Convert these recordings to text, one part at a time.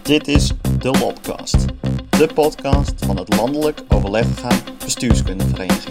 Dit is de Lopcast, de podcast van het Landelijk Overlegorgaan Bestuurskundevereniging.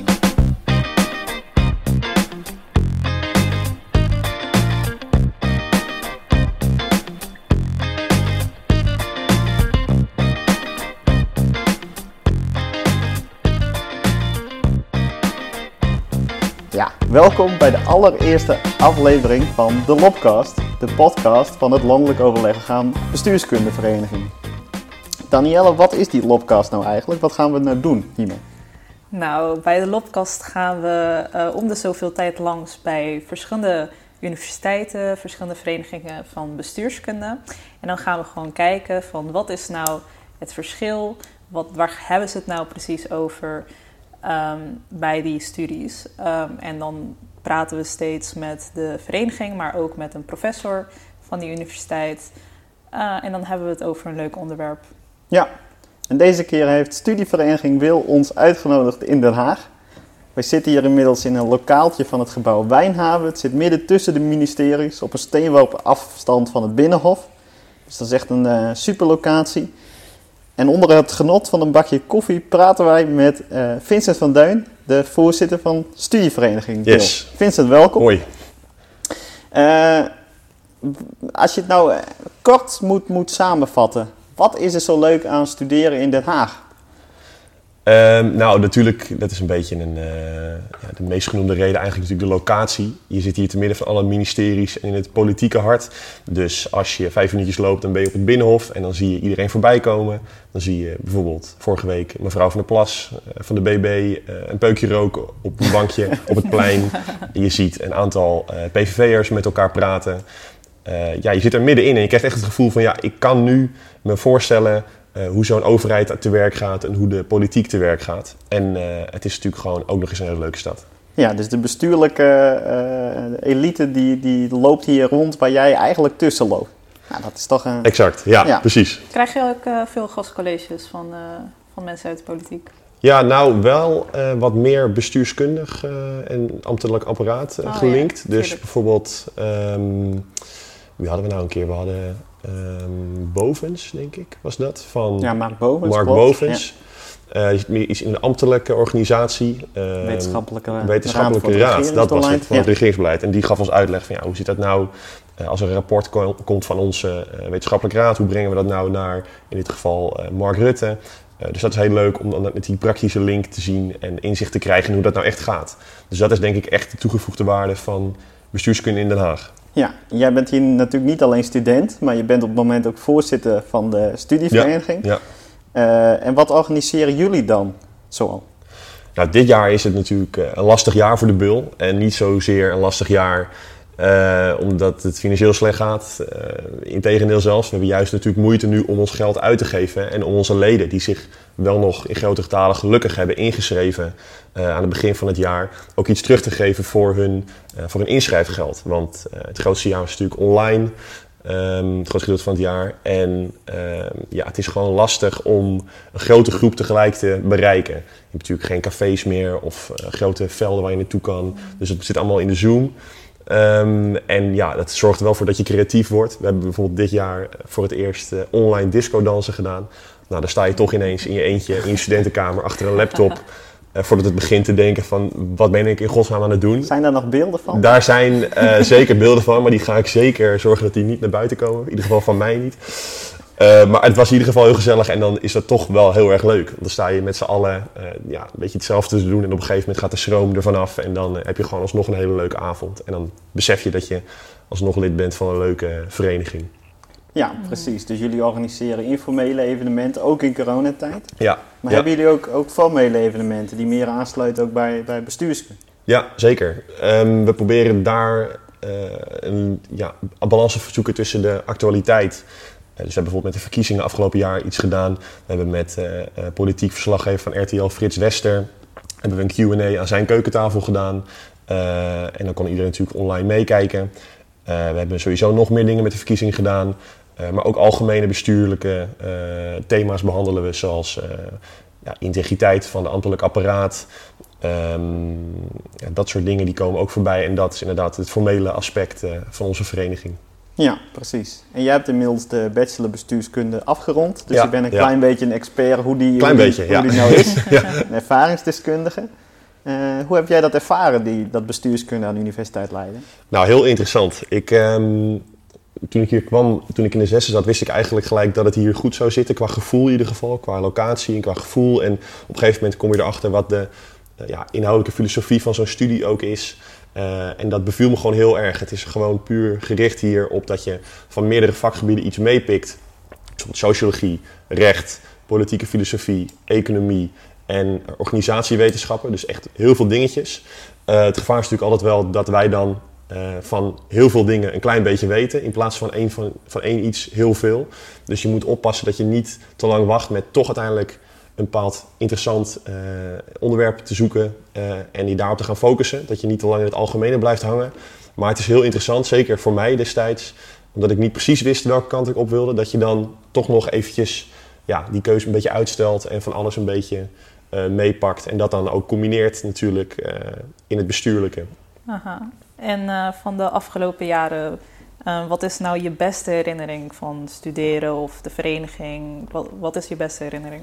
Ja, welkom bij de allereerste aflevering van de Lopcast, de podcast van het Landelijk Overlegorgaan Bestuurskundevereniging. Danielle, wat is die Lopcast nou eigenlijk? Wat gaan we nou doen hiermee? Nou, bij de Lopcast gaan we om de zoveel tijd langs bij verschillende universiteiten, verschillende verenigingen van bestuurskunde. En dan gaan we gewoon kijken van wat is nou het verschil, waar hebben ze het nou precies over bij die studies. En dan praten we steeds met de vereniging, maar ook met een professor van die universiteit. En dan hebben we het over een leuk onderwerp. Ja, en deze keer heeft Studievereniging Wil ons uitgenodigd in Den Haag. Wij zitten hier inmiddels in een lokaaltje van het gebouw Wijnhaven. Het zit midden tussen de ministeries op een steenworp afstand van het Binnenhof. Dus dat is echt een super locatie. En onder het genot van een bakje koffie praten wij met Vincent van Duin, de voorzitter van Studievereniging Wil. Yes. Vincent, welkom. Hoi. Als je het nou kort moet samenvatten, wat is er zo leuk aan studeren in Den Haag? Nou, natuurlijk, dat is een beetje de meest genoemde reden eigenlijk natuurlijk de locatie. Je zit hier te midden van alle ministeries en in het politieke hart. Dus als je 5 minuutjes loopt, dan ben je op het Binnenhof en dan zie je iedereen voorbij komen. Dan zie je bijvoorbeeld vorige week mevrouw van der Plas van de BB een peukje roken op een bankje op het plein. Je ziet een aantal PVV'ers met elkaar praten. Je zit er middenin en je krijgt echt het gevoel van ik kan nu me voorstellen hoe zo'n overheid te werk gaat en hoe de politiek te werk gaat. En het is natuurlijk gewoon ook nog eens een hele leuke stad. Ja, dus de bestuurlijke elite die loopt hier rond waar jij eigenlijk tussen loopt. Nou, dat is toch een... Exact, ja, precies. Krijg je ook veel gastcolleges van mensen uit de politiek? Ja, nou wel wat meer bestuurskundig en ambtelijk apparaat gelinkt. Ja, dus bijvoorbeeld, wie hadden we nou een keer? We hadden Bovens, denk ik, was dat? Van Mark Bovens. Mark klopt. Bovens. Is in een ambtelijke organisatie. Wetenschappelijke raad. Dat was het van het ja. regeringsbeleid. En die gaf ons uitleg van hoe zit dat nou als er een rapport komt van onze wetenschappelijke raad. Hoe brengen we dat nou naar, in dit geval, Mark Rutte. Dus dat is heel leuk om dan met die praktische link te zien en inzicht te krijgen in hoe dat nou echt gaat. Dus dat is denk ik echt de toegevoegde waarde van bestuurskunde in Den Haag. Ja, jij bent hier natuurlijk niet alleen student, maar je bent op het moment ook voorzitter van de studievereniging. Ja. En wat organiseren jullie dan zoal? Nou, dit jaar is het natuurlijk een lastig jaar voor de Bul. En niet zozeer een lastig jaar omdat het financieel slecht gaat. Integendeel zelfs. We hebben juist natuurlijk moeite nu om ons geld uit te geven. En om onze leden, die zich wel nog in grote getalen gelukkig hebben ingeschreven aan het begin van het jaar, ook iets terug te geven voor hun inschrijfgeld. Want het grootste jaar is natuurlijk online. Het grootste gedeelte van het jaar. En het is gewoon lastig om een grote groep tegelijk te bereiken. Je hebt natuurlijk geen cafés meer of grote velden waar je naartoe kan. Dus het zit allemaal in de Zoom. Dat zorgt er wel voor dat je creatief wordt. We hebben bijvoorbeeld dit jaar voor het eerst online discodansen gedaan. Nou, dan sta je toch ineens in je eentje in je studentenkamer achter een laptop. Voordat het begint te denken van, wat ben ik in godsnaam aan het doen? Zijn daar nog beelden van? Daar zijn zeker beelden van, maar die ga ik zeker zorgen dat die niet naar buiten komen. In ieder geval van mij niet. Maar het was in ieder geval heel gezellig en dan is dat toch wel heel erg leuk. Want dan sta je met z'n allen een beetje hetzelfde te doen en op een gegeven moment gaat de stroom ervan af. En dan heb je gewoon alsnog een hele leuke avond. En dan besef je dat je alsnog lid bent van een leuke vereniging. Ja, precies. Dus jullie organiseren informele evenementen, ook in coronatijd. Ja. Maar hebben jullie ook formele evenementen die meer aansluiten ook bij bestuurskunde? Ja, zeker. We proberen daar een balans te zoeken tussen de actualiteit. Dus we hebben bijvoorbeeld met de verkiezingen afgelopen jaar iets gedaan. We hebben met politiek verslaggever van RTL Frits Wester hebben we een Q&A aan zijn keukentafel gedaan. En dan kon iedereen natuurlijk online meekijken. We hebben sowieso nog meer dingen met de verkiezingen gedaan. Maar ook algemene bestuurlijke thema's behandelen we, zoals integriteit van de ambtelijk apparaat. Dat soort dingen die komen ook voorbij. En dat is inderdaad het formele aspect van onze vereniging. Ja, precies. En jij hebt inmiddels de bachelor bestuurskunde afgerond. Dus Ja, je bent een klein beetje een expert hoe die nou is. Een ervaringsdeskundige. Hoe heb jij dat ervaren, dat bestuurskunde aan de Universiteit Leiden? Nou, heel interessant. Toen ik hier kwam, toen ik in de 6e zat, wist ik eigenlijk gelijk dat het hier goed zou zitten. Qua gevoel in ieder geval, qua locatie en qua gevoel. En op een gegeven moment kom je erachter wat de inhoudelijke filosofie van zo'n studie ook is. En dat beviel me gewoon heel erg. Het is gewoon puur gericht hier op dat je van meerdere vakgebieden iets meepikt. Bijvoorbeeld sociologie, recht, politieke filosofie, economie en organisatiewetenschappen. Dus echt heel veel dingetjes. Het gevaar is natuurlijk altijd wel dat wij dan van heel veel dingen een klein beetje weten. In plaats van één iets heel veel. Dus je moet oppassen dat je niet te lang wacht met toch uiteindelijk een bepaald interessant onderwerp te zoeken en je daarop te gaan focussen. Dat je niet te lang in het algemene blijft hangen. Maar het is heel interessant, zeker voor mij destijds, omdat ik niet precies wist welke kant ik op wilde, dat je dan toch nog eventjes die keuze een beetje uitstelt en van alles een beetje meepakt. En dat dan ook combineert natuurlijk in het bestuurlijke. Aha. En van de afgelopen jaren, wat is nou je beste herinnering van studeren of de vereniging? Wat is je beste herinnering?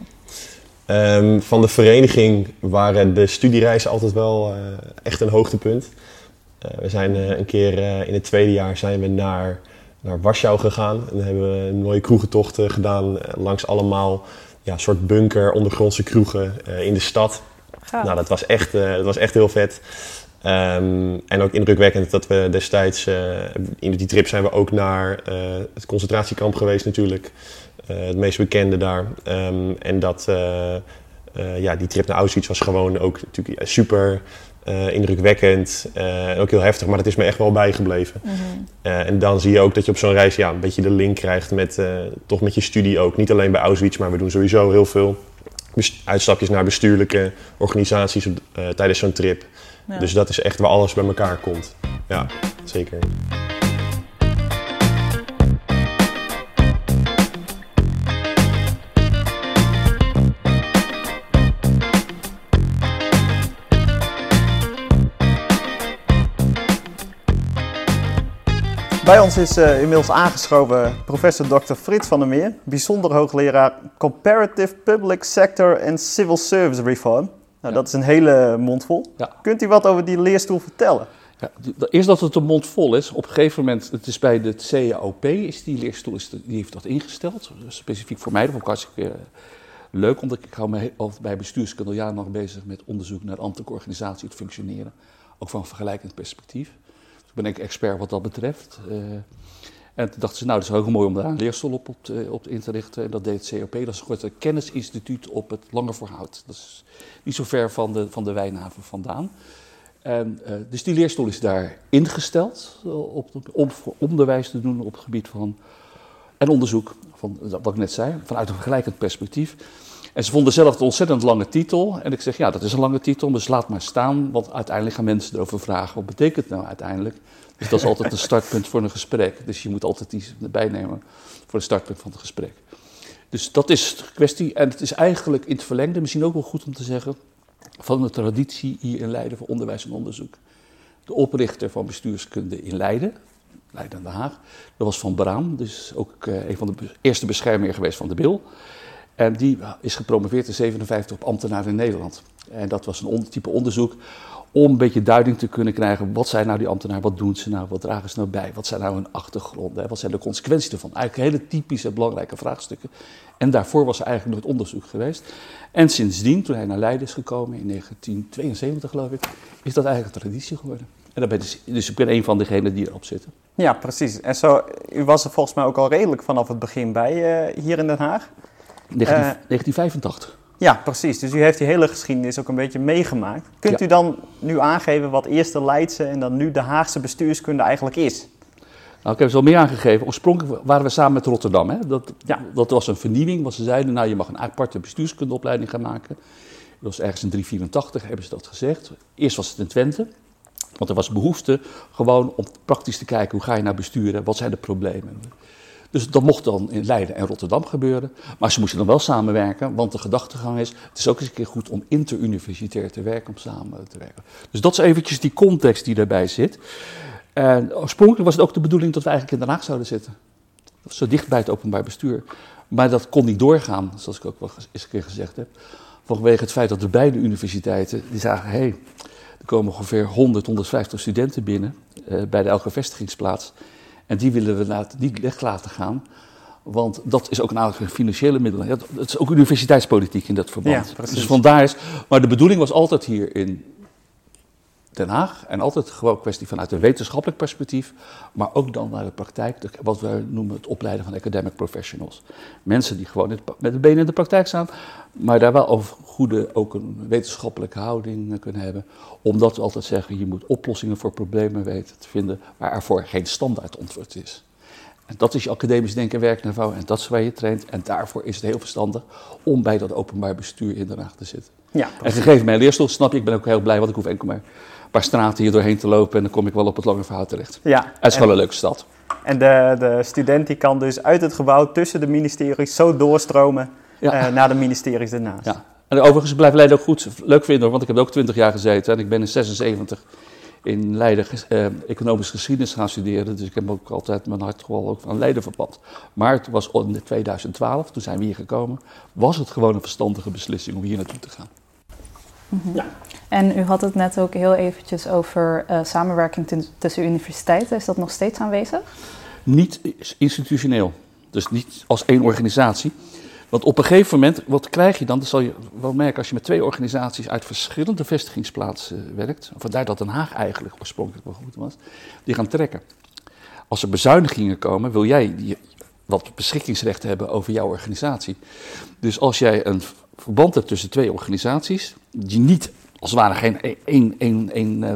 Van de vereniging waren de studiereizen altijd wel echt een hoogtepunt. We zijn een keer in het tweede jaar zijn we naar Warschau gegaan. En dan hebben we een mooie kroegentocht gedaan langs allemaal soort bunker, ondergrondse kroegen in de stad. Gaaf. Nou, dat was echt heel vet. En ook indrukwekkend dat we destijds, in die trip zijn we ook naar het concentratiekamp geweest natuurlijk. Het meest bekende daar. En dat, die trip naar Auschwitz was gewoon ook natuurlijk super indrukwekkend. En ook heel heftig, maar dat is me echt wel bijgebleven. Mm-hmm. En dan zie je ook dat je op zo'n reis een beetje de link krijgt met je studie ook. Niet alleen bij Auschwitz, maar we doen sowieso heel veel uitstapjes naar bestuurlijke organisaties tijdens zo'n trip. Ja. Dus dat is echt waar alles bij elkaar komt. Ja, zeker. Bij ons is inmiddels aangeschoven professor Dr. Frits van der Meer, bijzonder hoogleraar Comparative Public Sector and Civil Service Reform. Nou, dat is een hele mond vol. Ja. Kunt u wat over die leerstoel vertellen? Ja, eerst dat het een mond vol is. Op een gegeven moment, het is bij de CAOP, is die leerstoel, die heeft dat ingesteld. Specifiek voor mij, dat vond ik hartstikke leuk, omdat ik hou me bij bestuurskunde al jarenlang bezig met onderzoek naar ambtelijke organisatie, het functioneren. Ook van een vergelijkend perspectief. Dus ik ben ik expert wat dat betreft. En toen dachten ze, nou, dat is heel mooi om daar een leerstoel op in te richten. En dat deed het COP, dat is een kennisinstituut op het Langervoorhout. Dat is niet zo ver van de Wijnhaven vandaan. En, dus die leerstoel is daar ingesteld om voor onderwijs te doen op het gebied van en onderzoek, van wat ik net zei, vanuit een vergelijkend perspectief. En ze vonden zelf een ontzettend lange titel. En ik zeg, ja, dat is een lange titel, dus laat maar staan. Want uiteindelijk gaan mensen erover vragen, wat betekent het nou uiteindelijk? Dus dat is altijd een startpunt voor een gesprek. Dus je moet altijd iets erbij nemen voor het startpunt van het gesprek. Dus dat is de kwestie. En het is eigenlijk in het verlengde, misschien ook wel goed om te zeggen, van de traditie hier in Leiden voor onderwijs en onderzoek. De oprichter van bestuurskunde in Leiden aan Den Haag, dat was Van Braam, dus ook een van de eerste beschermheer geweest van de Bil. En die is gepromoveerd in 1957 op ambtenaar in Nederland. En dat was een type onderzoek om een beetje duiding te kunnen krijgen. Wat zijn nou die ambtenaren, wat doen ze nou, wat dragen ze nou bij? Wat zijn nou hun achtergronden, wat zijn de consequenties ervan? Eigenlijk hele typische belangrijke vraagstukken. En daarvoor was er eigenlijk nooit onderzoek geweest. En sindsdien, toen hij naar Leiden is gekomen in 1972 geloof ik, is dat eigenlijk een traditie geworden. En dus ik ben een van degenen die erop zitten. Ja, precies. En zo, u was er volgens mij ook al redelijk vanaf het begin bij hier in Den Haag. 1985. Ja, precies. Dus u heeft die hele geschiedenis ook een beetje meegemaakt. Kunt u dan nu aangeven wat eerst de Leidse en dan nu de Haagse bestuurskunde eigenlijk is? Nou, ik heb ze al meer aangegeven. Oorspronkelijk waren we samen met Rotterdam. Hè? Dat was een vernieuwing, wat ze zeiden. Nou, je mag een aparte bestuurskundeopleiding gaan maken. Dat was ergens in 384, hebben ze dat gezegd. Eerst was het in Twente. Want er was behoefte gewoon om praktisch te kijken, hoe ga je nou besturen? Wat zijn de problemen? Dus dat mocht dan in Leiden en Rotterdam gebeuren. Maar ze moesten dan wel samenwerken, want de gedachtegang is, het is ook eens een keer goed om interuniversitair te werken, om samen te werken. Dus dat is eventjes die context die daarbij zit. En oorspronkelijk was het ook de bedoeling dat we eigenlijk in Den Haag zouden zitten. Zo dicht bij het openbaar bestuur. Maar dat kon niet doorgaan, zoals ik ook wel eens een keer gezegd heb. Vanwege het feit dat de beide universiteiten, die zagen, er komen ongeveer 100, 150 studenten binnen bij elke vestigingsplaats. En die willen we niet weg laten gaan. Want dat is ook een aantal financiële middelen. Ja, het is ook universiteitspolitiek in dat verband. Ja, dus vandaar is. Maar de bedoeling was altijd hier in Den Haag. En altijd gewoon een kwestie vanuit een wetenschappelijk perspectief. Maar ook dan naar de praktijk. Wat we noemen het opleiden van academic professionals. Mensen die gewoon met de benen in de praktijk staan. Maar daar wel ook een wetenschappelijke houding kunnen hebben. Omdat we altijd zeggen, je moet oplossingen voor problemen weten te vinden. Waar er voor geen standaard antwoord is. En dat is je academisch denken, werk naar vouw en dat is waar je traint. En daarvoor is het heel verstandig om bij dat openbaar bestuur in Den Haag te zitten. Ja, en gegeven mijn leerstoel, snap je, ik ben ook heel blij, want ik hoef enkel maar een paar straten hier doorheen te lopen en dan kom ik wel op het lange verhaal terecht. Ja, het is wel een leuke stad. En de student die kan dus uit het gebouw tussen de ministeries zo doorstromen naar de ministeries ernaast. Ja. En overigens blijft Leiden ook goed leuk vinden, want ik heb ook 20 jaar gezeten en ik ben in 76 in Leiden economische geschiedenis gaan studeren. Dus ik heb ook altijd mijn hart gewoon ook van Leiden verpand. Maar het was in 2012, toen zijn we hier gekomen, was het gewoon een verstandige beslissing om hier naartoe te gaan. Mm-hmm. Ja. En u had het net ook heel eventjes over samenwerking tussen universiteiten. Is dat nog steeds aanwezig? Niet institutioneel. Dus niet als één organisatie. Want op een gegeven moment, wat krijg je dan? Dat zal je wel merken als je met 2 organisaties uit verschillende vestigingsplaatsen werkt. Vandaar dat Den Haag eigenlijk oorspronkelijk wel goed was. Die gaan trekken. Als er bezuinigingen komen, wil jij wat beschikkingsrecht hebben over jouw organisatie. Dus als jij een verband hebt tussen 2 organisaties, die niet als het ware geen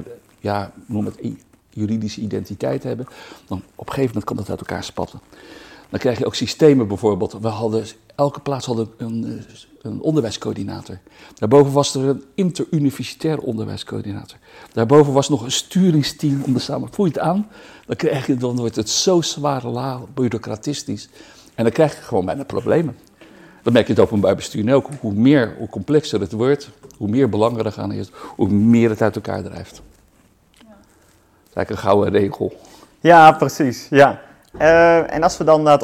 één juridische identiteit hebben, dan op een gegeven moment kan dat uit elkaar spatten. Dan krijg je ook systemen bijvoorbeeld. Elke plaats had een onderwijscoördinator. Daarboven was er een interuniversitair onderwijscoördinator. Daarboven was nog een sturingsteam om de samen. Voel je het aan? Dan wordt het zo zwaar bureaucratistisch. En dan krijg je gewoon bijna problemen. Dan merk je het openbaar bestuur ook. Hoe complexer het wordt, hoe meer belangen er gaan is, hoe meer het uit elkaar drijft. Ja. Dat is eigenlijk een gouden regel. Ja, precies. Ja. En als we dan naar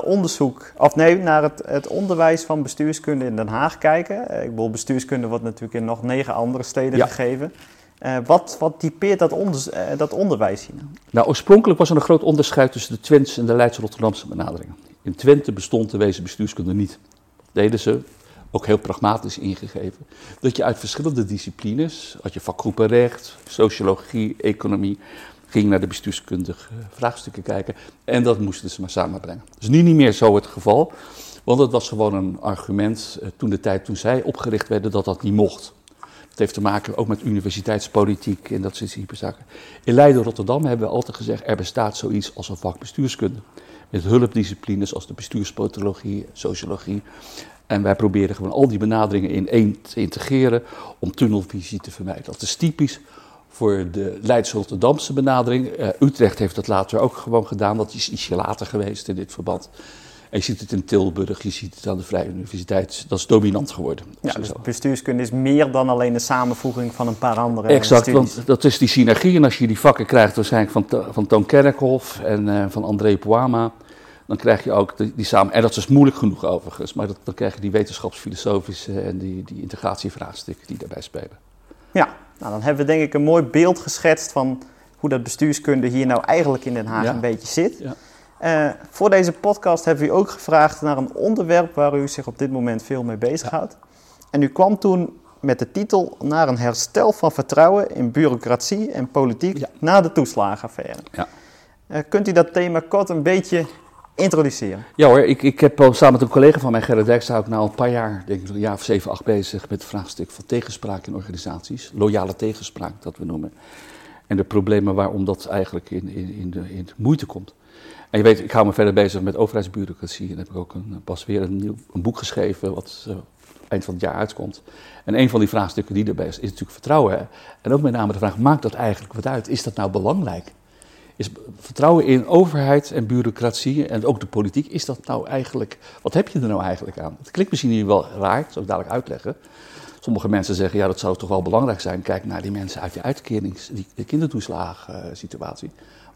naar het onderwijs van bestuurskunde in Den Haag kijken. Bestuurskunde wordt natuurlijk in nog 9 andere steden gegeven. Wat typeert dat onderwijs hier? Nou, oorspronkelijk was er een groot onderscheid tussen de Twentse en de Leidse-Rotterdamse benaderingen. In Twente bestond de wezen bestuurskunde niet. Dat deden ze, ook heel pragmatisch ingegeven. Dat je uit verschillende disciplines, had je vakgroepen recht, sociologie, economie, ging naar de bestuurskundige vraagstukken kijken. En dat moesten ze maar samenbrengen. Dus nu niet meer zo het geval. Want het was gewoon een argument toen zij opgericht werden dat niet mocht. Dat heeft te maken ook met universiteitspolitiek en dat soort type zaken. In Leiden-Rotterdam hebben we altijd gezegd, er bestaat zoiets als een vak bestuurskunde. Met hulpdisciplines als de bestuurspatologie, sociologie. En wij proberen gewoon al die benaderingen in één te integreren om tunnelvisie te vermijden. Dat is typisch voor de Leidse-Rotterdamse benadering. Utrecht heeft dat later ook gewoon gedaan. Dat is ietsje later geweest in dit verband. En je ziet het in Tilburg, je ziet het aan de Vrije Universiteit. Dat is dominant geworden. Ja, dus bestuurskunde is meer dan alleen de samenvoeging van een paar andere exact, studies. Want dat is die synergie. En als je die vakken krijgt waarschijnlijk van Toon Kerkhoff en van André Pouama, dan krijg je ook die samen. En dat is moeilijk genoeg overigens. Maar dan krijg je die wetenschapsfilosofische en die integratievraagstukken die daarbij spelen. Ja, nou dan hebben we denk ik een mooi beeld geschetst van hoe dat bestuurskunde hier nou eigenlijk in Den Haag een beetje zit. Ja. Voor deze podcast hebben we u ook gevraagd naar een onderwerp waar u zich op dit moment veel mee bezighoudt. Ja. En u kwam toen met de titel naar een herstel van vertrouwen in bureaucratie en politiek na de toeslagenaffaire. Ja. Kunt u dat thema kort een beetje introduceren? Ja hoor, ik heb al samen met een collega van mij, Gerrit Dijkstra, ook nou een paar jaar, denk ik een jaar of 7, 8 bezig met het vraagstuk van tegenspraak in organisaties. Loyale tegenspraak, dat we noemen. En de problemen waarom dat eigenlijk in de moeite komt. En je weet, ik hou me verder bezig met overheidsbureaucratie. En heb ik ook pas weer een boek geschreven wat eind van het jaar uitkomt. En een van die vraagstukken die erbij is natuurlijk vertrouwen. Hè? En ook met name de vraag, maakt dat eigenlijk wat uit? Is dat nou belangrijk? Is vertrouwen in overheid en bureaucratie en ook de politiek, is dat nou eigenlijk, wat heb je er nou eigenlijk aan? Het klinkt misschien hier wel raar, dat zal ik dadelijk uitleggen. Sommige mensen zeggen, ja dat zou toch wel belangrijk zijn. Kijk naar die mensen uit de uitkerings, die kindertoeslagensituatie.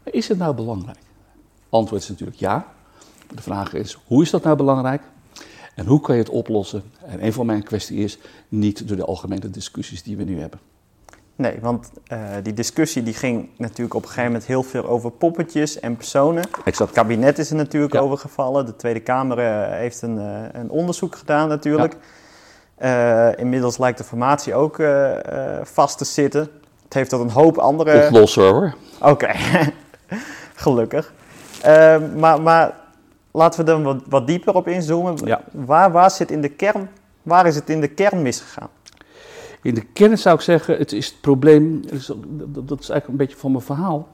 Is het nou belangrijk? Antwoord is natuurlijk ja. De vraag is, hoe is dat nou belangrijk? En hoe kan je het oplossen? En een van mijn kwesties is, niet door de algemene discussies die we nu hebben. Nee, want die discussie die ging natuurlijk op een gegeven moment heel veel over poppetjes en personen. Exact. Het kabinet is er natuurlijk over gevallen. De Tweede Kamer heeft een onderzoek gedaan natuurlijk. Ja. Inmiddels lijkt de formatie ook vast te zitten. Het heeft tot een hoop andere... Oplossen hoor. Oké, gelukkig. Maar laten we er wat dieper op inzoomen. Ja. Waar is het in de kern misgegaan? In de kern zou ik zeggen, het is het probleem, dat is eigenlijk een beetje van mijn verhaal,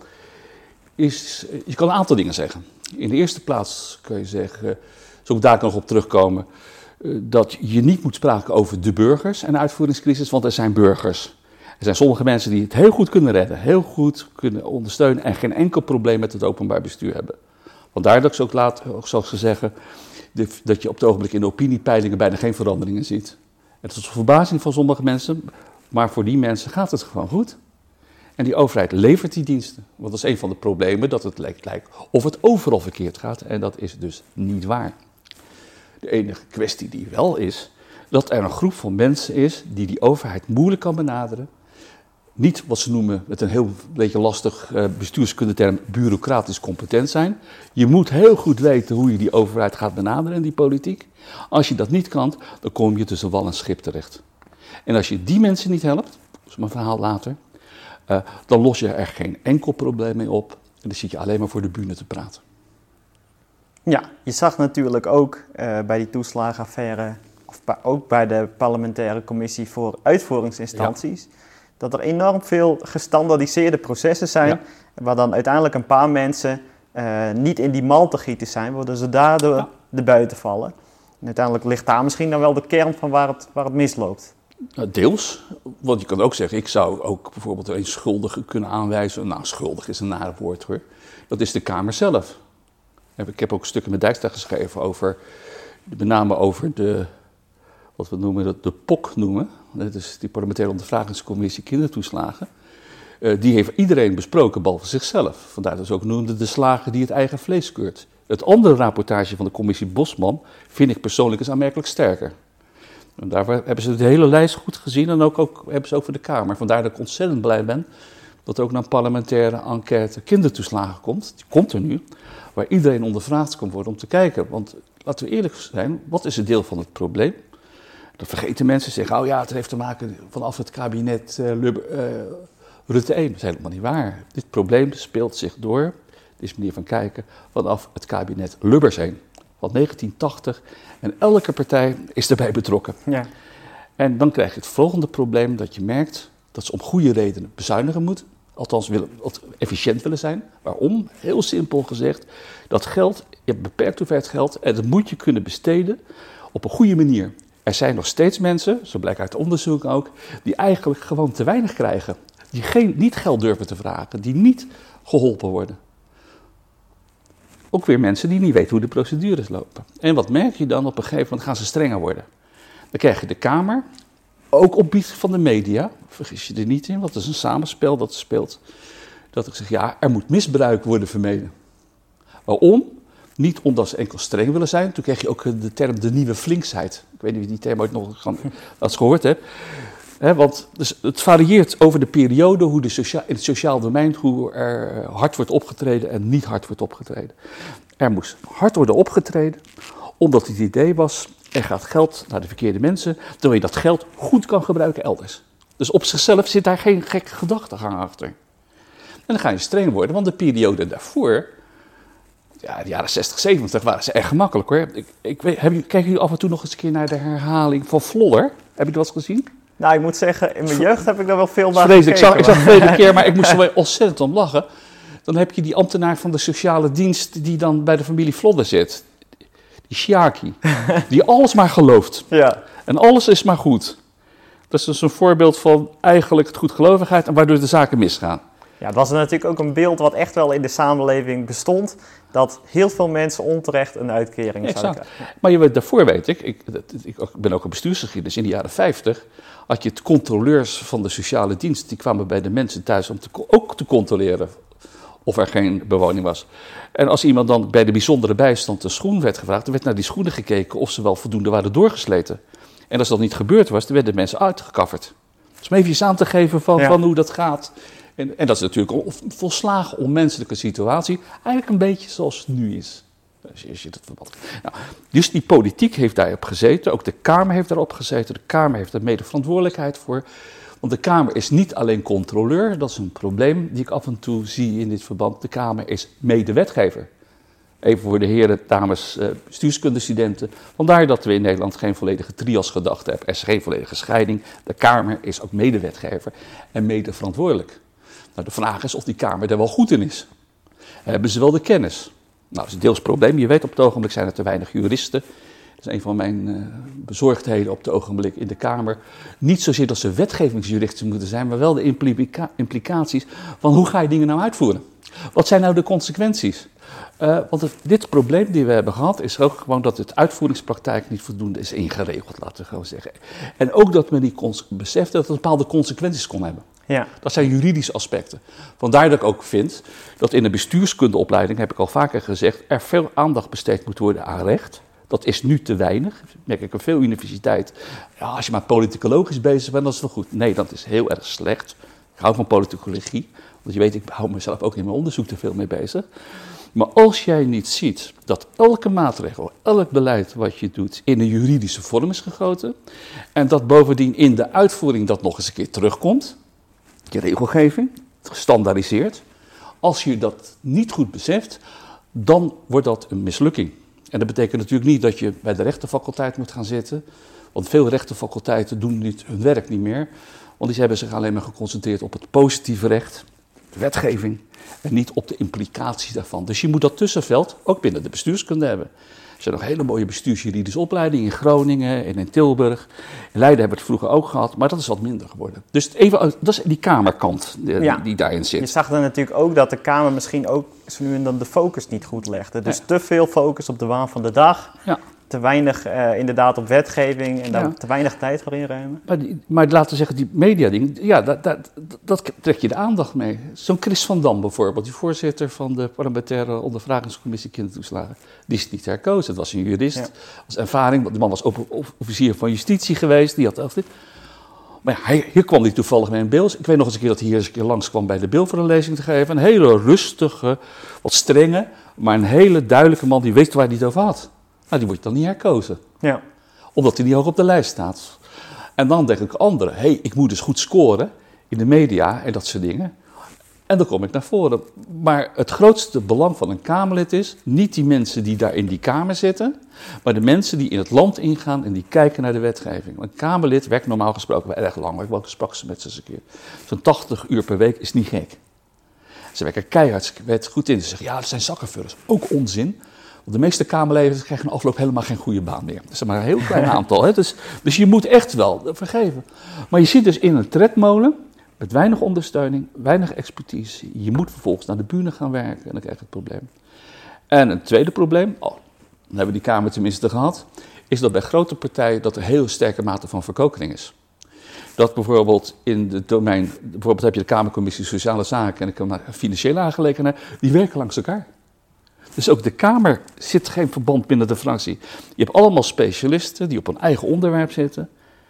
je kan een aantal dingen zeggen. In de eerste plaats kun je zeggen, zal ik daar nog op terugkomen, dat je niet moet spraken over de burgers en de uitvoeringscrisis, want er zijn burgers. Er zijn sommige mensen die het heel goed kunnen redden, heel goed kunnen ondersteunen en geen enkel probleem met het openbaar bestuur hebben. Vandaar dat ik zo ook zal zeggen, dat je op het ogenblik in de opiniepeilingen bijna geen veranderingen ziet. Het is een verbazing van sommige mensen, maar voor die mensen gaat het gewoon goed. En die overheid levert die diensten. Want dat is een van de problemen, dat het lijkt of het overal verkeerd gaat. En dat is dus niet waar. De enige kwestie die wel is, dat er een groep van mensen is die overheid moeilijk kan benaderen. Niet wat ze noemen, met een heel beetje lastig bestuurskundeterm, bureaucratisch competent zijn. Je moet heel goed weten hoe je die overheid gaat benaderen in die politiek. Als je dat niet kan, dan kom je tussen wal en schip terecht. En als je die mensen niet helpt, dat is mijn verhaal later, dan los je er geen enkel probleem mee op. En dan zit je alleen maar voor de bühne te praten. Ja, je zag natuurlijk ook bij die toeslagenaffaire, of ook bij de parlementaire commissie voor uitvoeringsinstanties, dat er enorm veel gestandaardiseerde processen zijn, waar dan uiteindelijk een paar mensen niet in die mal te gieten zijn, waardoor ze daardoor de buiten vallen. En uiteindelijk ligt daar misschien dan wel de kern van waar het misloopt. Deels, want je kan ook zeggen, ik zou ook bijvoorbeeld een schuldige kunnen aanwijzen. Nou, schuldig is een nare woord hoor. Dat is de Kamer zelf. Ik heb ook stukken met Dijkstra geschreven over, met name over wat we noemen, de POK noemen. Dat is die parlementaire ondervragingscommissie kindertoeslagen. Die heeft iedereen besproken, behalve zichzelf. Vandaar dat ze ook noemden de slager die het eigen vlees keurt. Het andere rapportage van de commissie Bosman vind ik persoonlijk eens aanmerkelijk sterker. En daar hebben ze de hele lijst goed gezien en ook hebben ze over de Kamer. Vandaar dat ik ontzettend blij ben dat er ook naar een parlementaire enquête kindertoeslagen komt. Die komt er nu, waar iedereen ondervraagd kan worden om te kijken. Want laten we eerlijk zijn, wat is het deel van het probleem? Dat vergeten mensen, zeggen, oh ja, het heeft te maken vanaf het kabinet Rutte 1. Dat is helemaal niet waar. Dit probleem speelt zich door, dit is manier van kijken, vanaf het kabinet Lubbers 1. Van 1980 en elke partij is erbij betrokken. Ja. En dan krijg je het volgende probleem dat je merkt dat ze om goede redenen bezuinigen moeten. Althans efficiënt willen zijn. Waarom? Heel simpel gezegd, dat geld, je hebt een beperkt hoeveelheid geld en dat moet je kunnen besteden op een goede manier. Er zijn nog steeds mensen, zo blijkt uit onderzoek ook, die eigenlijk gewoon te weinig krijgen. Die niet geld durven te vragen, die niet geholpen worden. Ook weer mensen die niet weten hoe de procedures lopen. En wat merk je dan? Op een gegeven moment gaan ze strenger worden. Dan krijg je de Kamer, ook op bied van de media, vergis je er niet in, want het is een samenspel dat speelt. Dat ik zeg, ja, er moet misbruik worden vermeden. Waarom? Niet omdat ze enkel streng willen zijn. Toen kreeg je ook de term de nieuwe flinksheid. Ik weet niet of je die term ooit nog eens gehoord hebt. Want dus het varieert over de periode hoe in het sociaal domein hoe er hard wordt opgetreden en niet hard wordt opgetreden. Er moest hard worden opgetreden, omdat het idee was, er gaat geld naar de verkeerde mensen, terwijl je dat geld goed kan gebruiken elders. Dus op zichzelf zit daar geen gekke gedachtegang achter. En dan ga je streng worden, want de periode daarvoor, ja, de jaren 60, 70 waren ze erg gemakkelijk hoor. Kijken jullie af en toe nog eens een keer naar de herhaling van Vlodder? Heb je dat eens gezien? Nou, ik moet zeggen, in mijn jeugd heb ik daar wel veel naar gekeken. Ik zag het een keer, maar ik moest er wel ontzettend om lachen. Dan heb je die ambtenaar van de sociale dienst die dan bij de familie Vlodder zit. Die Sjaaki. Die alles maar gelooft. Ja. En alles is maar goed. Dat is dus een voorbeeld van eigenlijk het goedgelovigheid en waardoor de zaken misgaan. Ja, het was natuurlijk ook een beeld wat echt wel in de samenleving bestond. Dat heel veel mensen onterecht een uitkering zouden krijgen. Maar daarvoor weet ik ben ook een bestuursgeschiedenis in de jaren 50... had je het controleurs van de sociale dienst, die kwamen bij de mensen thuis om ook te controleren of er geen bewoning was. En als iemand dan bij de bijzondere bijstand een schoen werd gevraagd, dan werd naar die schoenen gekeken of ze wel voldoende waren doorgesleten. En als dat niet gebeurd was, dan werden mensen uitgekafferd. Dus om even iets aan te geven van hoe dat gaat. En dat is natuurlijk een volslagen onmenselijke situatie. Eigenlijk een beetje zoals het nu is. Als je dat verband. Nou, dus die politiek heeft daarop gezeten. Ook de Kamer heeft daarop gezeten. De Kamer heeft er mede verantwoordelijkheid voor. Want de Kamer is niet alleen controleur. Dat is een probleem die ik af en toe zie in dit verband. De Kamer is mede-wetgever. Even voor de heren, dames, bestuurskundestudenten. Vandaar dat we in Nederland geen volledige trias gedacht hebben. Er is geen volledige scheiding. De Kamer is ook mede-wetgever en mede-verantwoordelijk. Nou, de vraag is of die Kamer er wel goed in is. Hebben ze wel de kennis? Nou, dat is een deels probleem. Je weet, op het ogenblik zijn er te weinig juristen. Dat is een van mijn bezorgdheden op het ogenblik in de Kamer. Niet zozeer dat ze wetgevingsjuristen moeten zijn, maar wel de implicaties van hoe ga je dingen nou uitvoeren? Wat zijn nou de consequenties? Want dit probleem die we hebben gehad is ook gewoon dat het uitvoeringspraktijk niet voldoende is ingeregeld, laten we gewoon zeggen. En ook dat men niet besefte dat het bepaalde consequenties kon hebben. Ja. Dat zijn juridische aspecten. Vandaar dat ik ook vind dat in de bestuurskundeopleiding, heb ik al vaker gezegd, er veel aandacht besteed moet worden aan recht. Dat is nu te weinig. Dat merk ik op veel universiteiten. Ja, als je maar politicologisch bezig bent, dat is wel goed. Nee, dat is heel erg slecht. Ik hou van politicologie. Want je weet, ik hou mezelf ook in mijn onderzoek te veel mee bezig. Maar als jij niet ziet dat elke maatregel, elk beleid wat je doet in een juridische vorm is gegoten. En dat bovendien in de uitvoering dat nog eens een keer terugkomt. Je regelgeving, gestandaardiseerd. Als je dat niet goed beseft, dan wordt dat een mislukking. En dat betekent natuurlijk niet dat je bij de rechtenfaculteit moet gaan zitten. Want veel rechtenfaculteiten doen hun werk niet meer. Want die hebben zich alleen maar geconcentreerd op het positieve recht, de wetgeving, en niet op de implicaties daarvan. Dus je moet dat tussenveld ook binnen de bestuurskunde hebben. Er zijn nog hele mooie bestuursjuridische opleidingen in Groningen en in Tilburg. In Leiden hebben we het vroeger ook gehad, maar dat is wat minder geworden. Dus even, dat is die kamerkant die daarin zit. Je zag dan natuurlijk ook dat de Kamer misschien ook zo nu en dan de focus niet goed legde. Dus te veel focus op de waan van de dag. Ja. Te weinig inderdaad op wetgeving en daar te weinig tijd voor inruimen. Maar laten we zeggen, die mediading, dat trek je de aandacht mee. Zo'n Chris van Dam bijvoorbeeld, die voorzitter van de parlementaire ondervragingscommissie kindertoeslagen. Die is niet herkozen, het was een jurist, als ervaring. De man was officier van justitie geweest, die had echt dit. Maar ja, hier kwam hij toevallig mee in beeld. Ik weet nog eens een keer dat hij hier eens een keer langskwam bij de beeld voor een lezing te geven. Een hele rustige, wat strenge, maar een hele duidelijke man die wist waar hij het over had. Nou, die wordt dan niet herkozen. Ja. Omdat hij niet hoog op de lijst staat. En dan denk ik anderen, ik moet dus goed scoren in de media en dat soort dingen. En dan kom ik naar voren. Maar het grootste belang van een Kamerlid is niet die mensen die daar in die Kamer zitten, maar de mensen die in het land ingaan en die kijken naar de wetgeving. Een Kamerlid werkt normaal gesproken wel erg lang. Ik sprak ze met ze eens een keer. Zo'n 80 uur per week is niet gek. Ze werken keihard, ze weten goed in. Ze zeggen, ja, dat zijn zakkenvullers. Ook onzin. Want de meeste Kamerleden krijgen na afloop helemaal geen goede baan meer. Dat is maar een heel klein aantal. Hè? Dus je moet echt wel vergeven. Maar je zit dus in een tredmolen met weinig ondersteuning, weinig expertise. Je moet vervolgens naar de bühne gaan werken en dan krijg je het probleem. En een tweede probleem, dan hebben we die Kamer tenminste gehad, is dat bij grote partijen dat er heel sterke mate van verkokering is. Dat bijvoorbeeld in het domein, bijvoorbeeld heb je de Kamercommissie Sociale Zaken en de Financiële Aangelegenheden, die werken langs elkaar. Dus ook de Kamer zit geen verband binnen de fractie. Je hebt allemaal specialisten die op een eigen onderwerp zitten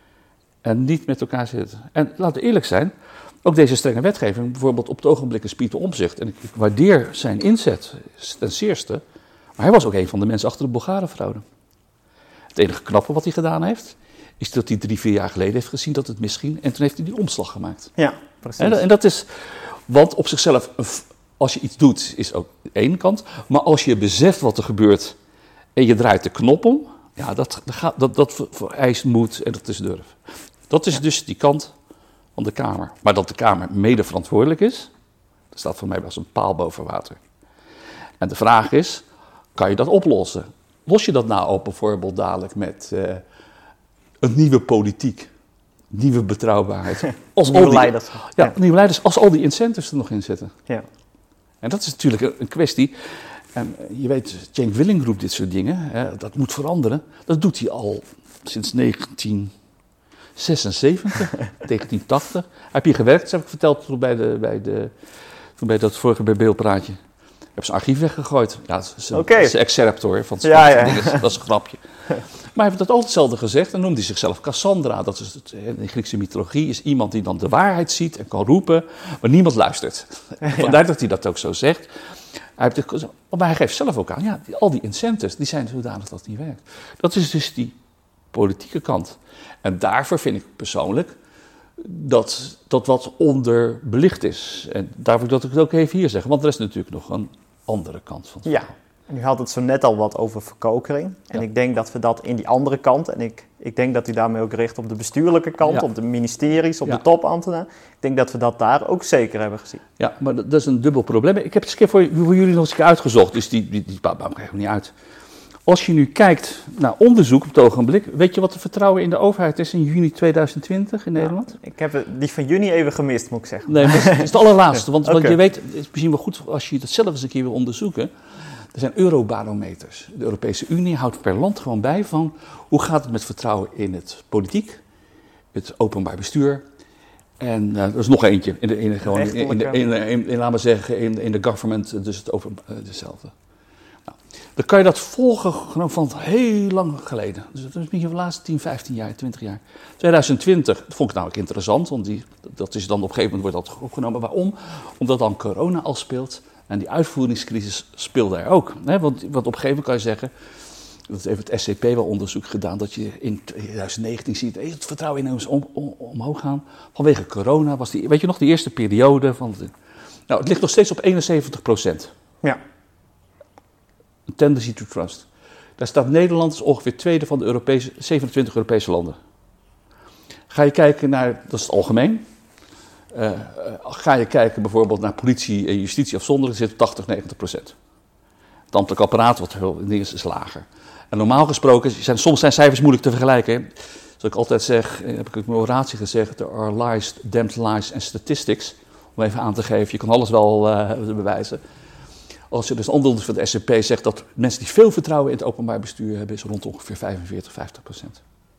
en niet met elkaar zitten. En laten we eerlijk zijn, ook deze strenge wetgeving, bijvoorbeeld op het ogenblik is Pieter Omtzigt, en ik waardeer zijn inzet ten zeerste, maar hij was ook een van de mensen achter de Bulgarenfraude. Het enige knappe wat hij gedaan heeft, is dat hij 3-4 jaar geleden heeft gezien dat het misging en toen heeft hij die omslag gemaakt. Ja, precies. En dat is, want op zichzelf, als je iets doet, is ook de ene kant. Maar als je beseft wat er gebeurt en je draait de knop om, ja, dat vereist moed en dat is durf. Dat is dus die kant van de Kamer. Maar dat de Kamer mede verantwoordelijk is, dat staat voor mij wel als een paal boven water. En de vraag is, kan je dat oplossen? Los je dat nou op bijvoorbeeld dadelijk met een nieuwe politiek, nieuwe betrouwbaarheid. Nieuwe leiders. Ja, nieuwe leiders, als al die incentives er nog in zitten. Ja. En dat is natuurlijk een kwestie. En je weet, Cenk Willing roept dit soort dingen. Hè, dat moet veranderen. Dat doet hij al sinds 1976, 1980. Heb je gewerkt, heb ik verteld, bij de Toen bij dat vorige bij Beeldpraatje. Ik heb zijn archief weggegooid. Ja, dat is een excerpt hoor, van het dat is een grapje. Maar hij heeft dat altijd hetzelfde gezegd en noemde hij zichzelf Cassandra. Dat is in de Griekse mythologie is iemand die dan de waarheid ziet en kan roepen, maar niemand luistert. Vandaar dat hij dat ook zo zegt. Maar hij geeft zelf ook aan, al die incentives, die zijn zodanig dat het niet werkt. Dat is dus die politieke kant. En daarvoor vind ik persoonlijk dat wat onderbelicht is. En daarvoor dat ik het ook even hier zeg, want er is natuurlijk nog een andere kant van het verhaal. U had het zo net al wat over verkokering. En ik denk dat we dat in die andere kant, en ik denk dat u daarmee ook richt op de bestuurlijke kant, op de ministeries, op de topambtenaren. Ik denk dat we dat daar ook zeker hebben gezien. Ja, maar dat is een dubbel probleem. Ik heb het eens een keer voor jullie nog eens een keer uitgezocht, dus die krijgen we niet uit. Als je nu kijkt naar onderzoek op het ogenblik, weet je wat de vertrouwen in de overheid is in juni 2020 in Nederland? Ik heb die van juni even gemist, moet ik zeggen. Nee, dat is het allerlaatste, want je weet, het is misschien wel goed als je dat zelf eens een keer wil onderzoeken. Er zijn eurobarometers. De Europese Unie houdt per land gewoon bij van hoe gaat het met vertrouwen in het politiek, het openbaar bestuur. En er is nog eentje, laten we zeggen, in de government, dus dezelfde. Nou, dan kan je dat volgen van heel lang geleden. Dus dat is misschien de laatste 10, 15 jaar, 20 jaar. 2020, dat vond ik namelijk interessant, want dat is dan op een gegeven moment wordt dat opgenomen. Waarom? Omdat dan corona al speelt. En die uitvoeringscrisis speelde er ook. Hè? Want op een gegeven moment kan je zeggen, dat heeft het SCP wel onderzoek gedaan, dat je in 2019 ziet, het vertrouwen in ons omhoog gaan. Vanwege corona was weet je nog, die eerste periode van... Nou, het ligt nog steeds op 71%. Ja. Een tendency to trust. Daar staat Nederland als ongeveer tweede van de 27 Europese landen. Ga je kijken naar, dat is het algemeen... ga je kijken bijvoorbeeld naar politie en justitie afzonderlijk, zit op 80-90%. Het ambtelijk apparaat wat heel is lager. En normaal gesproken, soms zijn cijfers moeilijk te vergelijken. Zoals ik altijd zeg, heb ik in mijn oratie gezegd, there are lies, damned lies en statistics. Om even aan te geven, je kan alles wel bewijzen. Als je dus onderzoek van de SCP zegt dat mensen die veel vertrouwen in het openbaar bestuur hebben, is rond ongeveer 45-50%.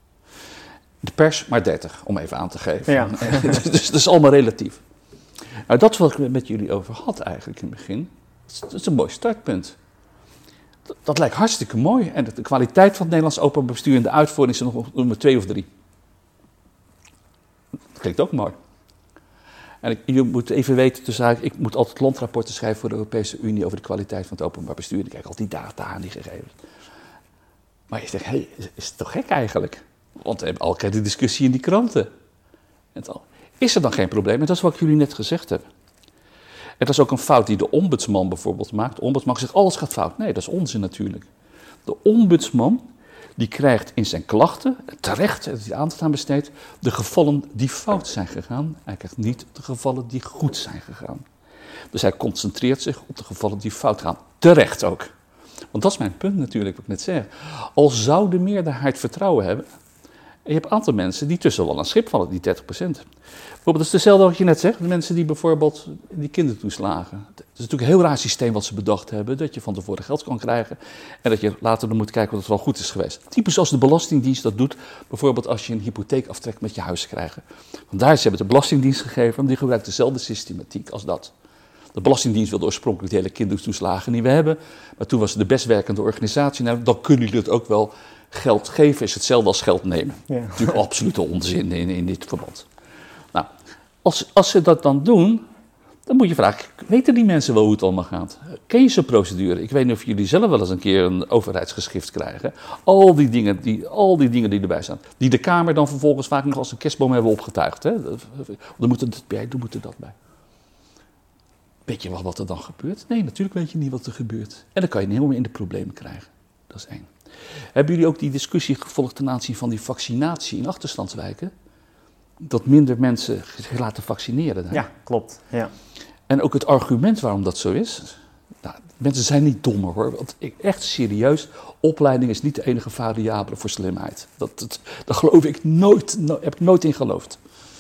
De pers maar 30, om even aan te geven. Ja. Dus dat is allemaal relatief. Nou, dat is wat ik met jullie over had eigenlijk in het begin. Dat is een mooi startpunt. Dat lijkt hartstikke mooi. En de kwaliteit van het Nederlands openbaar bestuur en de uitvoering is er nog nummer 2 of 3. Dat klinkt ook mooi. En je moet even weten, dus ik moet altijd landrapporten schrijven voor de Europese Unie over de kwaliteit van het openbaar bestuur. En ik kijk altijd die data aan, die gegevens. Maar je zegt, is het toch gek eigenlijk? Want we hebben altijd de discussie in die kranten. Is er dan geen probleem? En dat is wat ik jullie net gezegd heb. En dat is ook een fout die de ombudsman bijvoorbeeld maakt. De ombudsman zegt, alles gaat fout. Nee, dat is onzin natuurlijk. De ombudsman, die krijgt in zijn klachten, terecht, het is aan te staan besteed, de gevallen die fout zijn gegaan. Hij krijgt niet de gevallen die goed zijn gegaan. Dus hij concentreert zich op de gevallen die fout gaan. Terecht ook. Want dat is mijn punt natuurlijk, wat ik net zeg. Al zou de meerderheid vertrouwen hebben, en je hebt een aantal mensen die tussen wel aan schip vallen, die 30%. Bijvoorbeeld, dat is hetzelfde wat je net zegt. De mensen die bijvoorbeeld die kindertoeslagen. Het is natuurlijk een heel raar systeem wat ze bedacht hebben. Dat je van tevoren geld kan krijgen. En dat je later moet kijken of het wel goed is geweest. Typisch als de Belastingdienst dat doet. Bijvoorbeeld als je een hypotheek aftrekt met je huis krijgen. Want daar hebben de Belastingdienst gegeven. Want die gebruikt dezelfde systematiek als dat. De Belastingdienst wilde oorspronkelijk de hele kindertoeslagen die we hebben. Maar toen was het de best werkende organisatie. Nou, dan kunnen jullie het ook wel. Geld geven is hetzelfde als geld nemen. Ja. Natuurlijk absolute onzin in dit verband. Nou, als ze dat dan doen, dan moet je vragen, weten die mensen wel hoe het allemaal gaat? Ken je zo'n procedure? Ik weet niet of jullie zelf wel eens een keer een overheidsgeschrift krijgen. Al die dingen die erbij staan. Die de Kamer dan vervolgens vaak nog als een kerstboom hebben opgetuigd. Hè? Er moet dat bij. Weet je wel wat er dan gebeurt? Nee, natuurlijk weet je niet wat er gebeurt. En dan kan je helemaal in de problemen krijgen. Dat is 1. Hebben jullie ook die discussie gevolgd ten aanzien van die vaccinatie in achterstandswijken? Dat minder mensen zich laten vaccineren daar. Ja, klopt. Ja. En ook het argument waarom dat zo is. Nou, mensen zijn niet dommer hoor. Want echt serieus, opleiding is niet de enige variabele voor slimheid. Daar geloof ik nooit, heb ik nooit in geloofd.